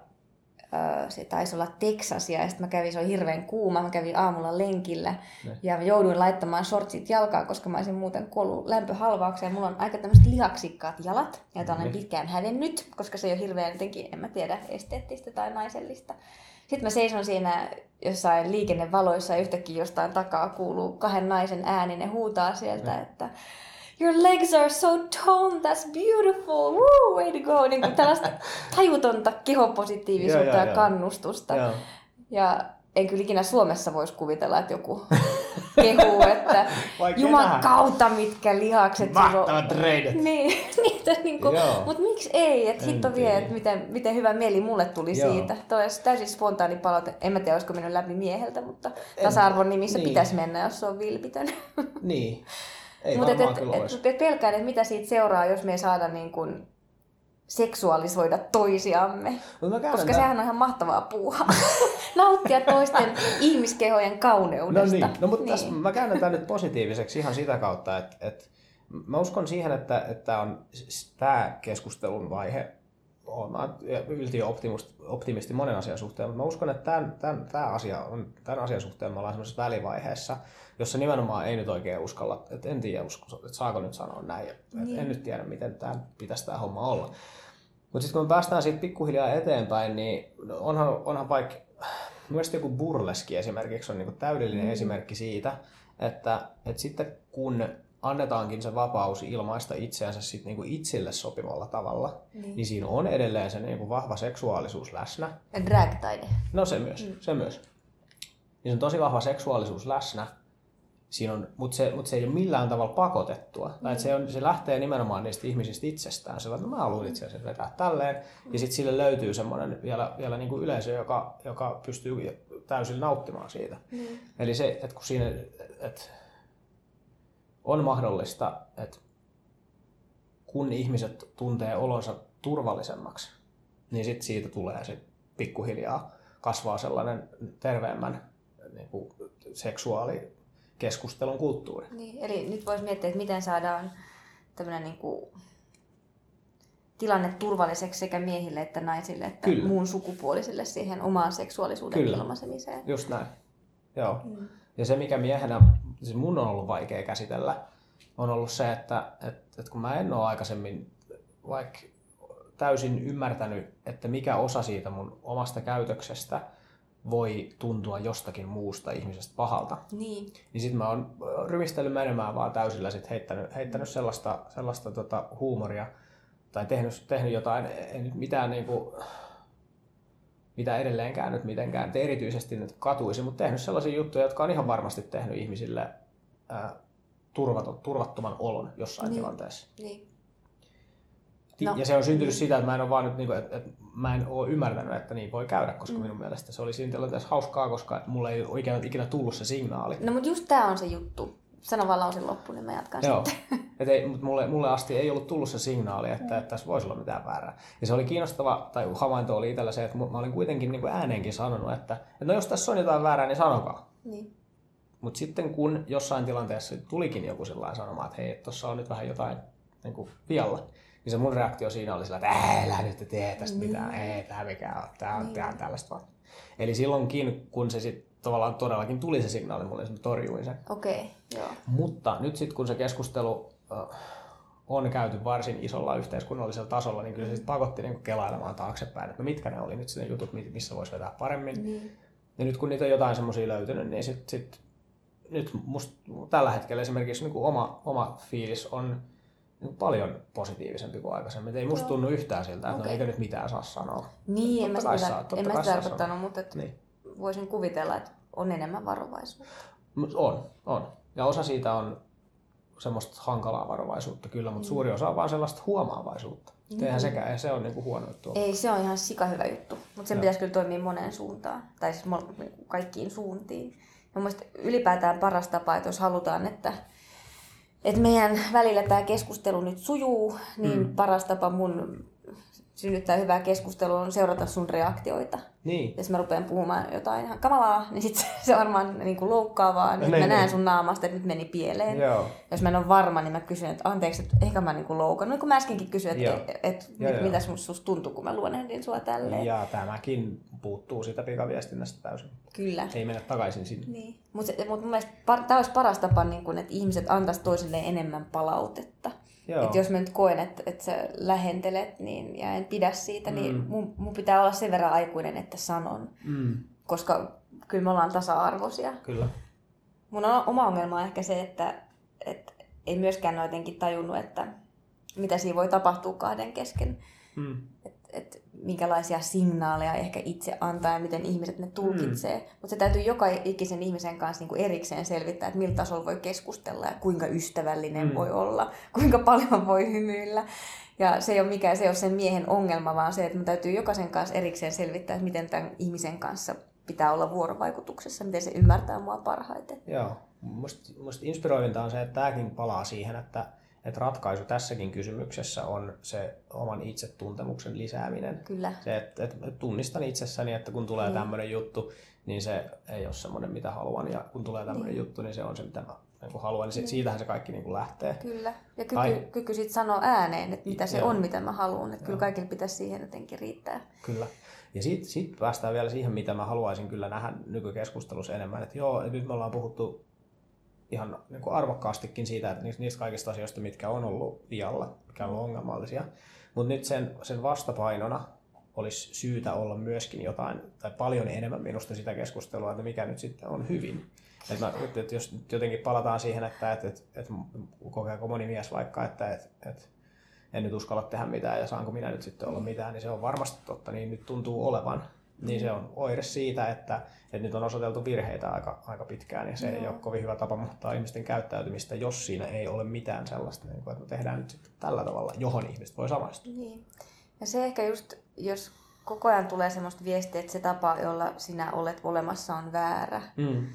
äh, se taisi olla Teksasia, ja sitten mä kävin, se oli hirveän kuuma, mä kävin aamulla lenkillä, Ne. ja mä jouduin laittamaan shortsit jalkaan, koska mä olisin muuten kuollut lämpöhalvaukseen. Mulla on aika tämmöiset lihaksikkaat jalat, joita olen Ne. pitkään hävennyt, koska se ei ole hirveän jotenkin, en mä tiedä, esteettistä tai naisellista. Sitten mä seison siinä jossain liikennevaloissa ja yhtäkkiä jostain takaa kuuluu kahden naisen ääni, ne huutaa sieltä, Ne. että your legs are so toned, that's beautiful, woo, way to go. Niin kuin tällaista tajutonta kehopositiivisuutta Joo, joo, ja joo. kannustusta. Joo. Ja en kyllä ikinä Suomessa voisi kuvitella, että joku kehuu, että Vaikea juman nähdä. kautta mitkä lihakset. Mahtavat reidet. Niin, niitä niinku, Joo. mutta miksi ei? Et En hitto vie, tiedä. että miten, miten hyvä mieli mulle tuli Joo. siitä. Tuo olisi täysin spontaani palaute. En mä tiedä, olisiko mennyt läpi mieheltä, mutta En- tasa-arvon nimissä niin. pitäisi mennä, jos se on vilpitön. Niin. Ei Mutta varmaan et, kyllä et, olisi. et pelkään, että mitä siitä seuraa, jos me ei saada niin kuin seksuaalisoida toisiamme. Mut mä käännän Koska tän- sehän on ihan mahtavaa puuhaa. Nauttia toisten ihmiskehojen kauneudesta. No niin, no, mutta Niin. tässä mä käännän tämän nyt positiiviseksi ihan sitä kautta, että, että mä uskon siihen, että, että on tämä keskustelun vaihe, on, mä oon ylti optimisti monen asian suhteen, mutta mä uskon, että tämän, tämän, tämä asia on, tämän asian suhteen me ollaan semmoisessa välivaiheessa, jossa nimenomaan ei nyt oikein uskalla, että en tiedä, usko, että saako nyt sanoa näin, että Niin. en nyt tiedä, miten tämä pitäisi tämä homma olla. Mutta sitten kun me päästään siitä pikkuhiljaa eteenpäin, niin onhan, onhan vaikka, mielestäni joku burleski esimerkiksi on niinku täydellinen mm. esimerkki siitä, että, että sitten kun annetaankin se vapaus ilmaista itseänsä sit niinku itsille sopivalla tavalla, Niin. niin siinä on edelleen se niinku vahva seksuaalisuus läsnä. Ja drag-taide. No se myös, mm. se myös. Niin se on tosi vahva seksuaalisuus läsnä, siinä on, mutta se, mut se ei ole millään tavalla pakotettua. Mm. Tai se, on, se lähtee nimenomaan niistä ihmisistä itsestään. Se on, että no mä haluan itse asiassa vetää tälleen. Mm. Ja sitten sille löytyy semmoinen vielä, vielä niin kuin yleisö, joka, joka pystyy täysin nauttimaan siitä. Mm. Eli se, että kun siinä että on mahdollista, että kun ihmiset tuntee olonsa turvallisemmaksi, niin sitten siitä tulee sit pikkuhiljaa kasvaa sellainen terveemmän niin kuin seksuaalikeskustelun kulttuuri. Niin, eli nyt voisi miettiä, että miten saadaan tämmöinen niin kuin tilanne turvalliseksi sekä miehille että naisille että Kyllä. muun sukupuolisille siihen omaan seksuaalisuuden Kyllä. ilmaisemiseen. Just näin. Joo. Mm. Ja se, mikä miehenä siis mun on ollut vaikea käsitellä, on ollut se, että, että, että kun mä en ole aikaisemmin vaikka täysin ymmärtänyt, että mikä osa siitä mun omasta käytöksestä voi tuntua jostakin muusta ihmisestä pahalta. Niin. Niin sit mä oon rymistellyt menemään vaan täysillä sit heittänyt, heittänyt sellaista, sellaista tota huumoria tai tehnyt, tehnyt jotain, ei nyt mitään niinku, mitä edelleenkään nyt mitenkään erityisesti nyt katuisi, mutta tehnyt sellaisia juttuja, jotka on ihan varmasti tehnyt ihmisille ää, turvaton, turvattoman olon jossain niin. tilanteessa. Niin. No. Ja se on syntynyt mm. siitä, että mä en ole vaan nyt, niin kuin, että, että mä en ole ymmärtänyt, että niin voi käydä, koska mm. minun mielestä se oli siinä tilanteessa hauskaa, koska mulle ei ole ikinä, ikinä tullut se signaali. No mutta just tää on se juttu. Sano vaan lausen loppuun, niin mä jatkan Joo. sitten. Et ei, mutta mulle, mulle asti ei ollut tullut se signaali, että, mm. että tässä voisi olla mitään väärää. Ja se oli kiinnostava, tai havainto oli itsellä se, että mä olin kuitenkin niin kuin ääneenkin sanonut, että, että no jos tässä on jotain väärää, niin sanokaa. Niin. Mutta sitten kun jossain tilanteessa tulikin joku sellainen sanomaan, että hei, tuossa on nyt vähän jotain niin kuin vialla, niin se mun reaktio siinä oli sillä, että älä nyt tee tästä niin. mitään, ei tämä mikään ole, tämä on niin. tällaista vaan. Eli silloinkin, kun se sitten tavallaan todellakin tuli se signaali mulle, niin torjuin sen. Okei, okay, joo. Mutta nyt sitten kun se keskustelu äh, on käyty varsin isolla yhteiskunnallisella tasolla, niin kyllä se sitten pakotti niin kelailemaan taaksepäin, että no mitkä ne oli nyt sitten jutut, missä voisi vetää paremmin. Niin. Ja nyt kun niitä on jotain semmoisia löytynyt, niin sitten sit, nyt musta tällä hetkellä esimerkiksi niin kuin oma, oma fiilis on niin paljon positiivisempi kuin aikaisemmin. Ei musta tunnu yhtään siltä, että okay. no eikö nyt mitään saa sanoa. Niin, en mä sitä, saa, en mä sitä tarkoittanut, mutta niin. voisin kuvitella, että on enemmän varovaisuutta. On, on. Ja osa siitä on semmoista hankalaa varovaisuutta kyllä, mutta mm. suuri osa on vaan sellaista huomaavaisuutta. Mm. Eihän sekään, ei se on niinku huono juttu. Ei, se on ihan sika hyvä juttu, mutta sen no. pitäisi kyllä toimia moneen suuntaan, tai siis kaikkiin suuntiin. Ja mun ylipäätään paras tapa, että jos halutaan, että että meidän välillä tämä keskustelu nyt sujuu, niin mm. paras tapa mun synnyttää hyvää keskustelua on seurata sun reaktioita. Niin. Jos mä rupean puhumaan jotain ihan kamalaa, niin sit se varmaan niin kuin loukkaavaa. Nyt niin, mä näen niin. sun naamasta, että nyt meni pieleen. Joo. Jos mä en ole varma, niin mä kysyn, että anteeksi, että ehkä mä niin kuin loukannut. Niin kuin mä äskenkin kysyin, että et, et, et, mitä susta tuntuu, kun mä luonnehdin sua tälleen. Ja tämäkin puuttuu siitä pikaviestinnästä täysin. Kyllä. Ei mennä takaisin sinne. Niin. Mutta mut mun mielestä par, tämä olisi paras tapa, niin kun, että ihmiset antaisi toisilleen enemmän palautetta. Että jos mä nyt koen, että, että sä lähentelet niin, ja en pidä siitä, mm. niin mun, mun pitää olla sen verran aikuinen, että sanon. Mm. Koska kyllä me ollaan tasa-arvoisia. Kyllä. Mun oma ongelma on ehkä se, että, että ei myöskään ole jotenkin tajunnut, että mitä siinä voi tapahtua kahden kesken. Mm. Että et, minkälaisia signaaleja ehkä itse antaa ja miten ihmiset ne tulkitsee. Mm. Mutta se täytyy joka ikisen ihmisen kanssa niinku erikseen selvittää, että millä tasolla voi keskustella ja kuinka ystävällinen mm. voi olla, kuinka paljon voi hymyillä. Ja se ei ole mikään, se ei ole sen miehen ongelma, vaan se, että me täytyy jokaisen kanssa erikseen selvittää, että miten tämän ihmisen kanssa pitää olla vuorovaikutuksessa, miten se ymmärtää mua parhaiten. Joo. Musta, musta inspiroivinta on se, että tämäkin palaa siihen, että että ratkaisu tässäkin kysymyksessä on se oman itsetuntemuksen lisääminen. Kyllä. Se, että, että tunnistan itsessäni, että kun tulee niin. tämmöinen juttu, niin se ei ole semmoinen, mitä haluan. Ja kun tulee tämmöinen niin. juttu, niin se on se, mitä mä niin haluan. Niin niin. Siitähän se kaikki niin kuin lähtee. Kyllä. Ja kyky, Ai... kyky sitten sanoa ääneen, että mitä se Joo. on, mitä mä haluan. Että kyllä kaikille pitäisi siihen jotenkin riittää. Kyllä. Ja sitten sit päästään vielä siihen, mitä mä haluaisin kyllä nähdä nykykeskustelussa enemmän. Että joo, että nyt me ollaan puhuttu ihan niin kuin arvokkaastikin siitä, että niistä kaikista asioista, mitkä on ollut vialla, mitkä on ollut ongelmallisia. Mutta nyt sen, sen vastapainona olisi syytä olla myöskin jotain, tai paljon enemmän minusta sitä keskustelua, että mikä nyt sitten on hyvin. Et mä, et jos nyt jotenkin palataan siihen, että et, et, et kokeeko moni mies vaikka, että et, et en nyt uskalla tehdä mitään ja saanko minä nyt sitten olla mitään, niin se on varmasti totta, niin nyt tuntuu olevan. Niin se on oire siitä, että, että nyt on osoiteltu virheitä aika, aika pitkään ja se no. ei ole kovin hyvä tapa muuttaa ihmisten käyttäytymistä, jos siinä ei ole mitään sellaista, että me tehdään nyt sitten tällä tavalla, johon ihmiset voi samaistua. Niin. Ja se ehkä just, jos koko ajan tulee semmoista viestiä, että se tapa, jolla sinä olet olemassa on väärä, mm.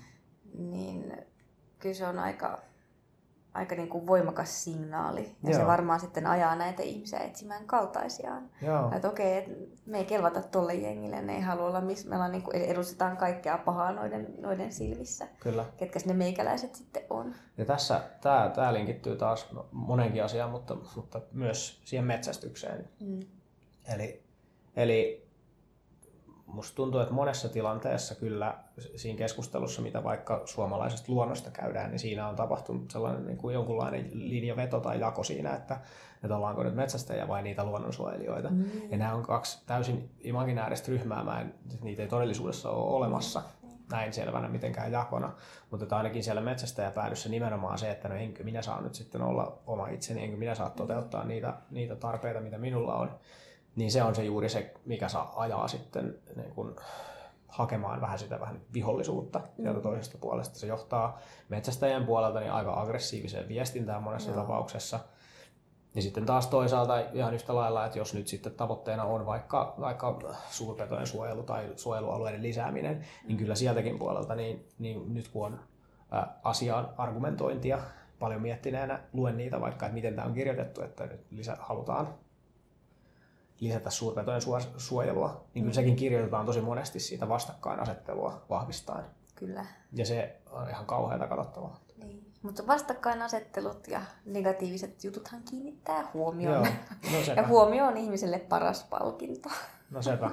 niin kyllä se on aika, aika niin kuin voimakas signaali. Ja Joo. se varmaan sitten ajaa näitä ihmisiä etsimään kaltaisiaan. Joo. Että okei, että me ei kelvata tolle jengille, ne ei halua olla, missä me ollaan, niin kuin edustetaan kaikkea pahaa noiden, noiden silmissä. Kyllä. Ketkä ne meikäläiset sitten on. Ja tässä tämä, tämä linkittyy taas monenkin asiaan, mutta, mutta myös siihen metsästykseen. Mm. Eli, eli musta tuntuu, että monessa tilanteessa kyllä siinä keskustelussa, mitä vaikka suomalaisesta luonnosta käydään, niin siinä on tapahtunut sellainen niin kuin jonkunlainen linjaveto tai jako siinä, että, että ollaanko nyt metsästäjiä vai niitä luonnonsuojelijoita. Mm. Ja nämä on kaksi täysin imaginääristä ryhmää, mä en, niitä ei todellisuudessa ole olemassa näin selvänä mitenkään jakona, mutta ainakin siellä metsästäjäpäädyssä nimenomaan se, että no enkö minä saa nyt sitten olla oma itseni, enkö minä saa toteuttaa niitä, niitä tarpeita, mitä minulla on. Niin se on se juuri se, mikä saa ajaa sitten niin kun, hakemaan vähän sitä vähän vihollisuutta sieltä toisesta puolesta. Se johtaa metsästäjien puolelta niin aika aggressiiviseen viestintään monessa Joo. tapauksessa. Ja sitten taas toisaalta ihan yhtä lailla, että jos nyt sitten tavoitteena on vaikka, vaikka suurpetojen suojelu tai suojelualueiden lisääminen, niin kyllä sieltäkin puolelta, niin, niin nyt kun on ä, asiaan argumentointia paljon miettineenä, luen niitä vaikka, että miten tämä on kirjoitettu, että nyt lisä, halutaan lisätä suurpetojen suojelua, niin kyllä sekin kirjoitetaan tosi monesti siitä vastakkainasettelua vahvistaen. Kyllä. Ja se on ihan kauheata katsottavaa. Niin. Mutta vastakkainasettelut ja negatiiviset jututhan kiinnittää huomioon. Joo. No ja huomio on ihmiselle paras palkinto. No sepä.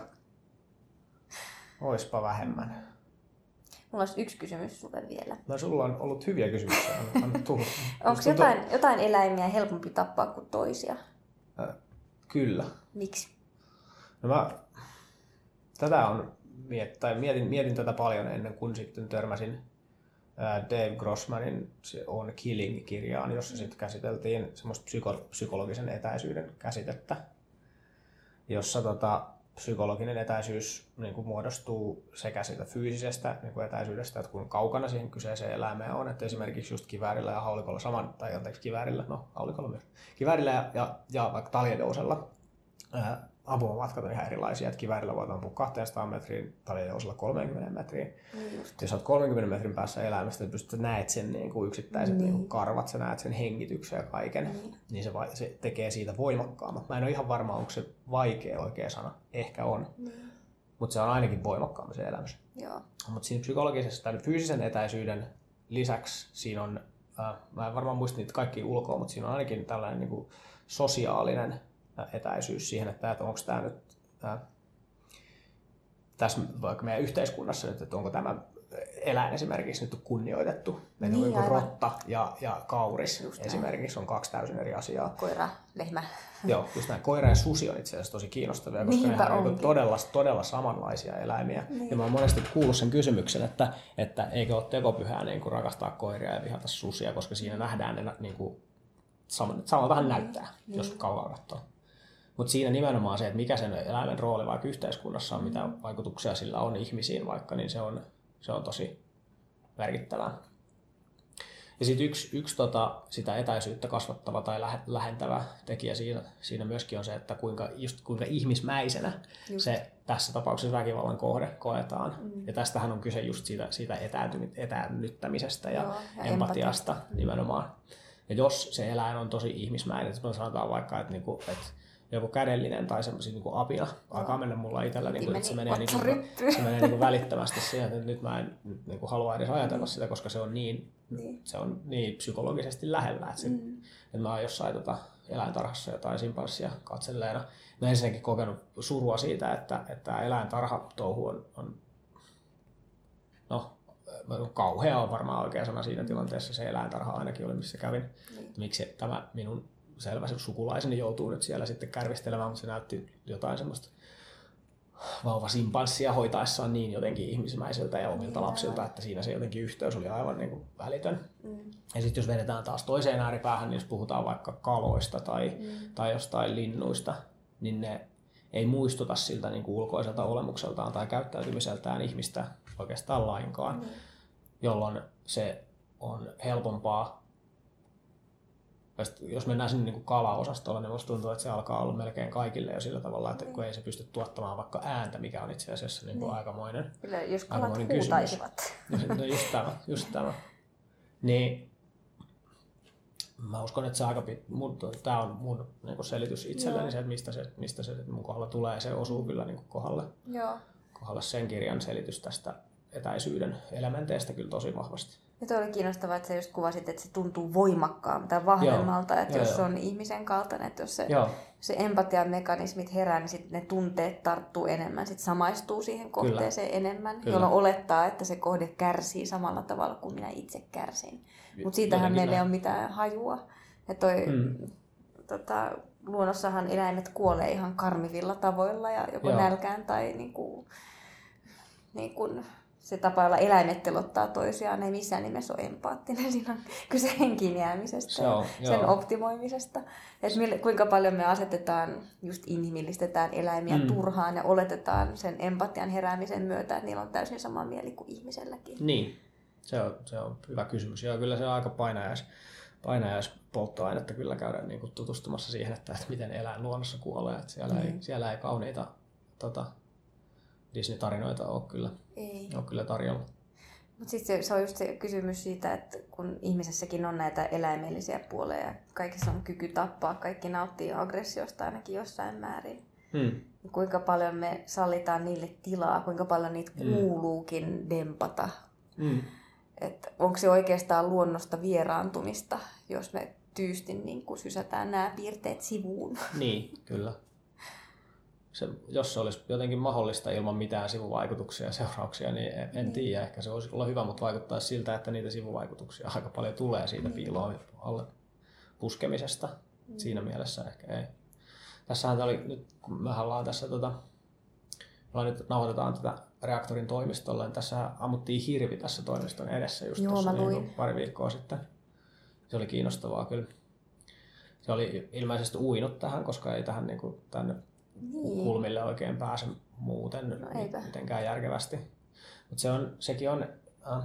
Oispa vähemmän. Mulla olisi yksi kysymys sulle vielä. No sulla on ollut hyviä kysymyksiä. Onko jotain, jotain eläimiä helpompi tappaa kuin toisia? Äh, kyllä. Miksi? No mä tätä on miet, tai mietin, mietin tätä paljon ennen kuin sitten törmäsin Dave Grossmanin On Killing-kirjaan, jossa sitten käsiteltiin semmoista psyko- psykologisen etäisyyden käsitettä, jossa tota, psykologinen etäisyys niin kuin muodostuu sekä siitä fyysisestä niin kuin etäisyydestä, että kuinka kaukana siihen kyseiseen eläimeen on, että esimerkiksi just kiväärillä ja haulikolla saman, tai anteeksi kiväärillä, no haulikolla myös, kiväärillä ja, ja, ja vaikka taljedousella ää, ampumamatkat on ihan erilaisia, että kiväärillä voit ampua kaksisataa metriin, taljedousella kolmekymmentä metriin. Mm. Jos olet kolmenkymmenen metrin päässä eläimestä, että pystyt, näet sen niin kuin yksittäiset mm. niin kuin karvat, sä näet sen hengityksen ja kaiken, mm. niin se, se tekee siitä voimakkaamman. Mä en ole ihan varma, onko se vaikea oikea sana. Ehkä on. Mm. Mutta se on ainakin voimakkaampi se elämys. Mutta siinä psykologisessa tai fyysisen etäisyyden lisäksi siinä on, äh, mä en varmaan muista niitä kaikkia ulkoa, mutta siinä on ainakin tällainen niin kuin sosiaalinen etäisyys siihen, että, että onko tämä nyt äh, tässä vaikka meidän yhteiskunnassa nyt, että onko tämä eläin esimerkiksi nyt kunnioitettu. Meillä niin, on rotta ja, ja kauris just esimerkiksi näin. On kaksi täysin eri asiaa. Koira, lehmä. Joo, just näin. Koira ja susi on itse asiassa tosi kiinnostavia, koska ne on todella, todella samanlaisia eläimiä. Niin. Ja mä oon monesti kuullut sen kysymyksen, että, että eikö ole tekopyhää niin kuin rakastaa koiria ja vihata susia, koska siinä nähdään ne niin kuin samaltahan näyttää, niin. Jos kauan katsoo. Mutta siinä nimenomaan se, että mikä sen eläimen rooli vaikka yhteiskunnassa on, mitä vaikutuksia sillä on ihmisiin vaikka, niin se on, se on tosi merkittävää. Ja sitten yksi, yksi tota, sitä etäisyyttä kasvattava tai lähentävä tekijä siinä, siinä myöskin on se, että kuinka, just kuinka ihmismäisenä just. Se tässä tapauksessa väkivallan kohde koetaan. Mm. Ja tästähän on kyse just siitä, siitä etäännyttämisestä ja, Joo, ja empatiasta empati. Nimenomaan. Ja jos se eläin on tosi ihmismäinen, että sanotaan vaikka, että, niinku, että joku kädellinen tai semmoisia niin apina alkaa mennä mulla itsellä, niin kuin, että se menee, niin kuin, se menee niin kuin välittömästi siihen, että nyt mä en niin kuin halua edes ajatella mm. sitä, koska se on niin, niin. Se on niin psykologisesti lähellä, että, se, mm. että mä oon jossain tota, eläintarhassa jotain simpanssia katselleena. Mä ensinnäkin kokenut surua siitä, että, että eläintarhatouhu on, on no, kauhea on varmaan oikea sana siinä tilanteessa, se eläintarha ainakin oli, missä kävin. Mm. Miksi tämä minun selvä sukulaiseni joutuu nyt siellä sitten kärvistelemään, mutta se näytti jotain semmoista vauvasimpanssia hoitaessaan niin jotenkin ihmismäiseltä ja omilta lapsilta, että siinä se jotenkin yhteys oli aivan niin kuin välitön. Mm. Ja sitten jos vedetään taas toiseen ääripäähän, niin jos puhutaan vaikka kaloista tai, mm. tai jostain linnuista, niin ne ei muistuta siltä niin kuin ulkoiselta olemukseltaan tai käyttäytymiseltään ihmistä oikeastaan lainkaan, mm. jolloin se on helpompaa. Jos mennään sinne niin kalaosastolle, niin musta tuntuu, että se alkaa olla melkein kaikille jo sillä tavalla, että kun ei se pysty tuottamaan vaikka ääntä, mikä on itse asiassa niin kuin aikamoinen, Kyllä, jos kalat huutaisivat. No just tämä, just tämä. Niin, mä uskon, että se aika pit... mun, tämä on mun niin kuin selitys itselleni, se, että mistä se, mistä se mun kohdalla tulee, se osuu kyllä niin kuin kohdalle, Joo. kohdalle sen kirjan selitys tästä etäisyyden elementeistä kyllä tosi vahvasti. Ja toi oli kiinnostavaa, että sä just kuvasit, että se tuntuu voimakkaammalta tai vahvemmalta, joo, että joo, jos se on ihmisen kaltainen, että jos se, se empatian mekanismit herää, niin sitten ne tunteet tarttuu enemmän, sitten samaistuu siihen kohteeseen kyllä. enemmän, kyllä. jolloin olettaa, että se kohde kärsii samalla tavalla kuin minä itse kärsin. Mutta siitähän meillä ei ole mitään hajua. Ja toi, mm. tota, luonnossahan eläimet kuolee ihan karmivilla tavoilla, ja joko joo. nälkään tai niinku, niinku, se tapa, jolla eläimet telottaa toisiaan, ei missään nimessä ole empaattinen. Siinä on kyse henkiin jäämisestä se on, ja sen optimoimisesta. Et mille, kuinka paljon me asetetaan, just inhimillistetään eläimiä mm. turhaan ja oletetaan sen empatian heräämisen myötä, että niillä on täysin sama mieli kuin ihmiselläkin. Niin, se on, se on hyvä kysymys. Ja kyllä se on aika painajais, painajais polttoainetta kyllä käydä niin kuin tutustumassa siihen, että, että miten eläin luonnossa kuolee. Että siellä, mm. ei, siellä ei kauniita tota, Disney-tarinoita ole kyllä, ei. ole kyllä tarjolla. Mutta sitten se, se on just se kysymys siitä, että kun ihmisessäkin on näitä eläimellisiä puoleja ja kaikissa on kyky tappaa, kaikki nauttii aggressiosta ainakin jossain määrin. Hmm. Kuinka paljon me sallitaan niille tilaa, kuinka paljon niitä hmm. kuuluukin dempata. Hmm. Että onko se oikeastaan luonnosta vieraantumista, jos me tyystin niin kun sysätään nämä piirteet sivuun. Niin, kyllä. Se, jos se olisi jotenkin mahdollista ilman mitään sivuvaikutuksia ja seurauksia, niin en, en niin. tiedä. Ehkä se voisi olla hyvä, mutta vaikuttaa siltä, että niitä sivuvaikutuksia aika paljon tulee siitä piiloon alle puskemisesta. Mm. Siinä mielessä ehkä ei. Tässähän oli nyt, kun me ollaan tässä, tota, me nyt nauhoitetaan tätä reaktorin toimistolla, niin tässä ammuttiin hirvi tässä toimiston edessä just Joo, tuossa niin pari viikkoa sitten. Se oli kiinnostavaa kyllä. Se oli ilmeisesti uinut tähän, koska ei tähän niin kuin, tänne niin. kulmille oikein pääse muuten no, mitenkään järkevästi. Mutta se on, sekin on, äh,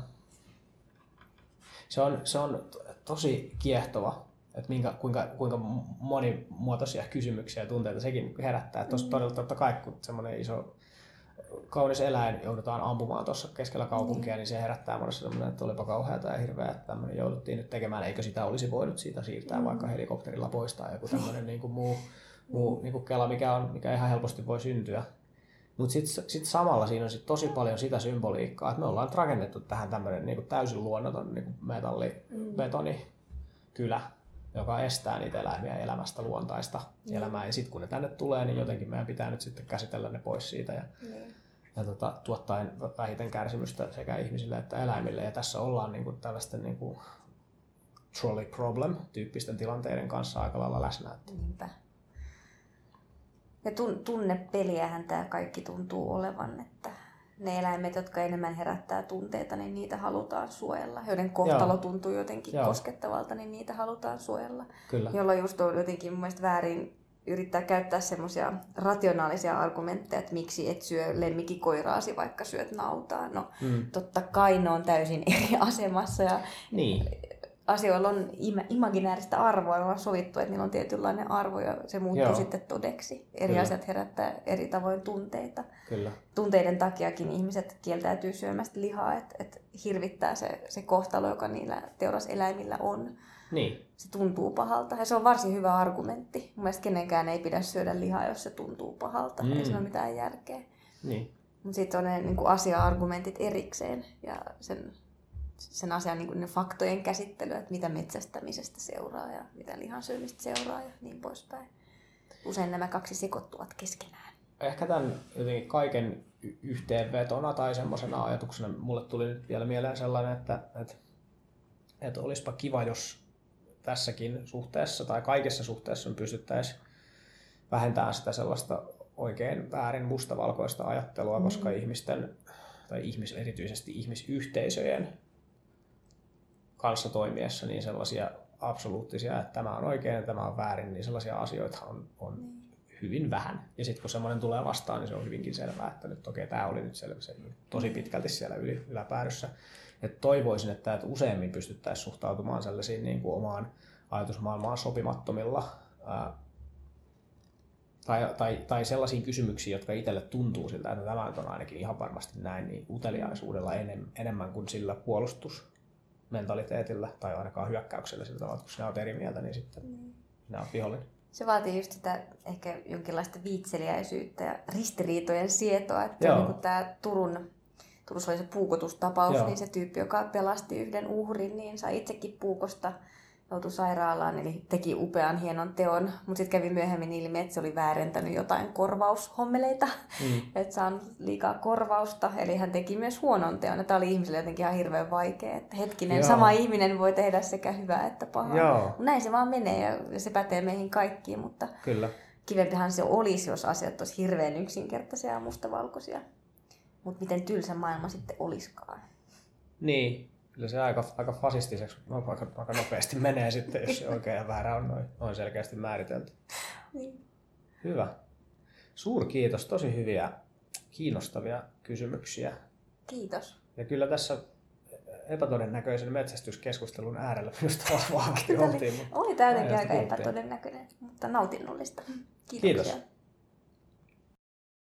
se on, se on tosi kiehtova, että minkä, kuinka, kuinka monimuotoisia kysymyksiä ja tunteita sekin herättää. Tuossa mm. todella totta kai, kun semmoinen iso kaunis eläin joudutaan ampumaan tuossa keskellä kaupunkia, mm. niin se herättää monessa semmoinen, että olipa kauheata ja hirveä, että tämmöinen jouduttiin nyt tekemään. Eikö sitä olisi voinut siitä siirtää mm. vaikka helikopterilla pois tai joku tämmöinen niin kuin muu. muu niin kuin kela, mikä, on, mikä ihan helposti voi syntyä. Mutta sitten sit samalla siinä on sit tosi paljon sitä symboliikkaa, että me ollaan rakennettu tähän tämmöinen niin kuin täysin luonnoton niin kuin metallibetonikylä, joka estää niitä eläimiä elämästä luontaista mm. elämää. Ja sitten kun ne tänne tulee, niin jotenkin meidän pitää nyt sitten käsitellä ne pois siitä ja, mm. ja tota, tuottaen vähiten kärsimystä sekä ihmisille että eläimille. Ja tässä ollaan niin kuin tällaisten niin kuin trolley problem-tyyppisten tilanteiden kanssa aika lailla läsnä. Niinpä. Ja tunnepeliähän tämä kaikki tuntuu olevan, että ne eläimet, jotka enemmän herättää tunteita, niin niitä halutaan suojella. Joiden kohtalo Joo. tuntuu jotenkin Joo. koskettavalta, niin niitä halutaan suojella. Kyllä. Jolloin just on jotenkin mun mielestä väärin yrittää käyttää semmoisia rationaalisia argumentteja, että miksi et syö lemmikkikoiraasi, vaikka syöt nautaa. No mm. totta kai ne on täysin eri asemassa. Ja niin. asioilla on imaginääristä arvoa, on sovittu, että niillä on tietynlainen arvo ja se muuttuu Joo. sitten todeksi. Eri Kyllä. asiat herättää eri tavoin tunteita. Kyllä. Tunteiden takiakin ihmiset kieltäytyy syömästä lihaa, että et hirvittää se, se kohtalo, joka niillä teuraseläimillä on. Niin. Se tuntuu pahalta ja se on varsin hyvä argumentti. Mun mielestä kenenkään ei pidä syödä lihaa, jos se tuntuu pahalta. Mm. Ei siinä ole mitään järkeä. Niin. Mutta sitten on ne niin kuin asia-argumentit erikseen ja sen... sen asian niin kuin ne faktojen käsittely, että mitä metsästämisestä seuraa ja mitä lihansyömistä seuraa ja niin poispäin. Usein nämä kaksi sekoittuvat keskenään. Ehkä tämän jotenkin kaiken yhteenvetona tai semmoisena ajatuksena mulle tuli nyt vielä mieleen sellainen, että, että, että olisipa kiva, jos tässäkin suhteessa tai kaikessa suhteessa pystyttäisiin vähentämään sitä sellaista oikein väärin mustavalkoista ajattelua, mm. koska ihmisten tai ihmis, erityisesti ihmisyhteisöjen kanssa toimiessa niin sellaisia absoluuttisia, että tämä on oikein ja tämä on väärin, niin sellaisia asioita on, on mm. hyvin vähän. Ja sitten kun semmoinen tulee vastaan, niin se on hyvinkin selvää, että nyt okei, okay, tämä oli nyt selvä, se tosi pitkälti siellä yli, yläpäädyssä. Et toivoisin, että, että useammin pystyttäisiin suhtautumaan sellaisiin niin kuin omaan ajatusmaailmaan sopimattomilla ää, tai, tai, tai sellaisiin kysymyksiin, jotka itselle tuntuu siltä, että tämä on ainakin ihan varmasti näin, niin uteliaisuudella enem, enemmän kuin sillä puolustusmentaliteetillä tai ainakaan hyökkäyksellä sillä tavalla, kun sinä olet eri mieltä, niin sitten mm. sinä olet vihollinen. Se vaatii just sitä ehkä jonkinlaista viitseliäisyyttä ja ristiriitojen sietoa, että niin kuin tämä Turun Turussa oli se puukotustapaus, Joo. niin se tyyppi, joka pelasti yhden uhrin, niin sai itsekin puukosta, joutui sairaalaan, eli teki upean hienon teon, mutta sitten kävi myöhemmin ilmi, että se oli väärentänyt jotain korvaushommeleita, mm. että saanut liikaa korvausta, eli hän teki myös huonon teon, ja tämä oli ihmiselle jotenkin ihan hirveän vaikea, että hetkinen, Joo. sama ihminen voi tehdä sekä hyvää että pahaa. Näin se vaan menee, ja se pätee meihin kaikkiin, mutta Kyllä. kivempihan se olisi, jos asiat olisi hirveän yksinkertaisia ja mustavalkoisia. Mutta miten tylsä maailma sitten olisikaan? Niin. Kyllä se aika, aika fasistiseksi aika, aika nopeasti menee sitten, jos se oikein ja väärä on noin, noin selkeästi määritelty. Niin. Hyvä. Suurkiitos. Tosi hyviä, kiinnostavia kysymyksiä. Kiitos. Ja kyllä tässä epätodennäköisen metsästyskeskustelun äärellä minusta vahvasti oltiin. Oli tämä jotenkin aika epätodennäköinen, mutta nautinnollista. Kiitoksia. Kiitos.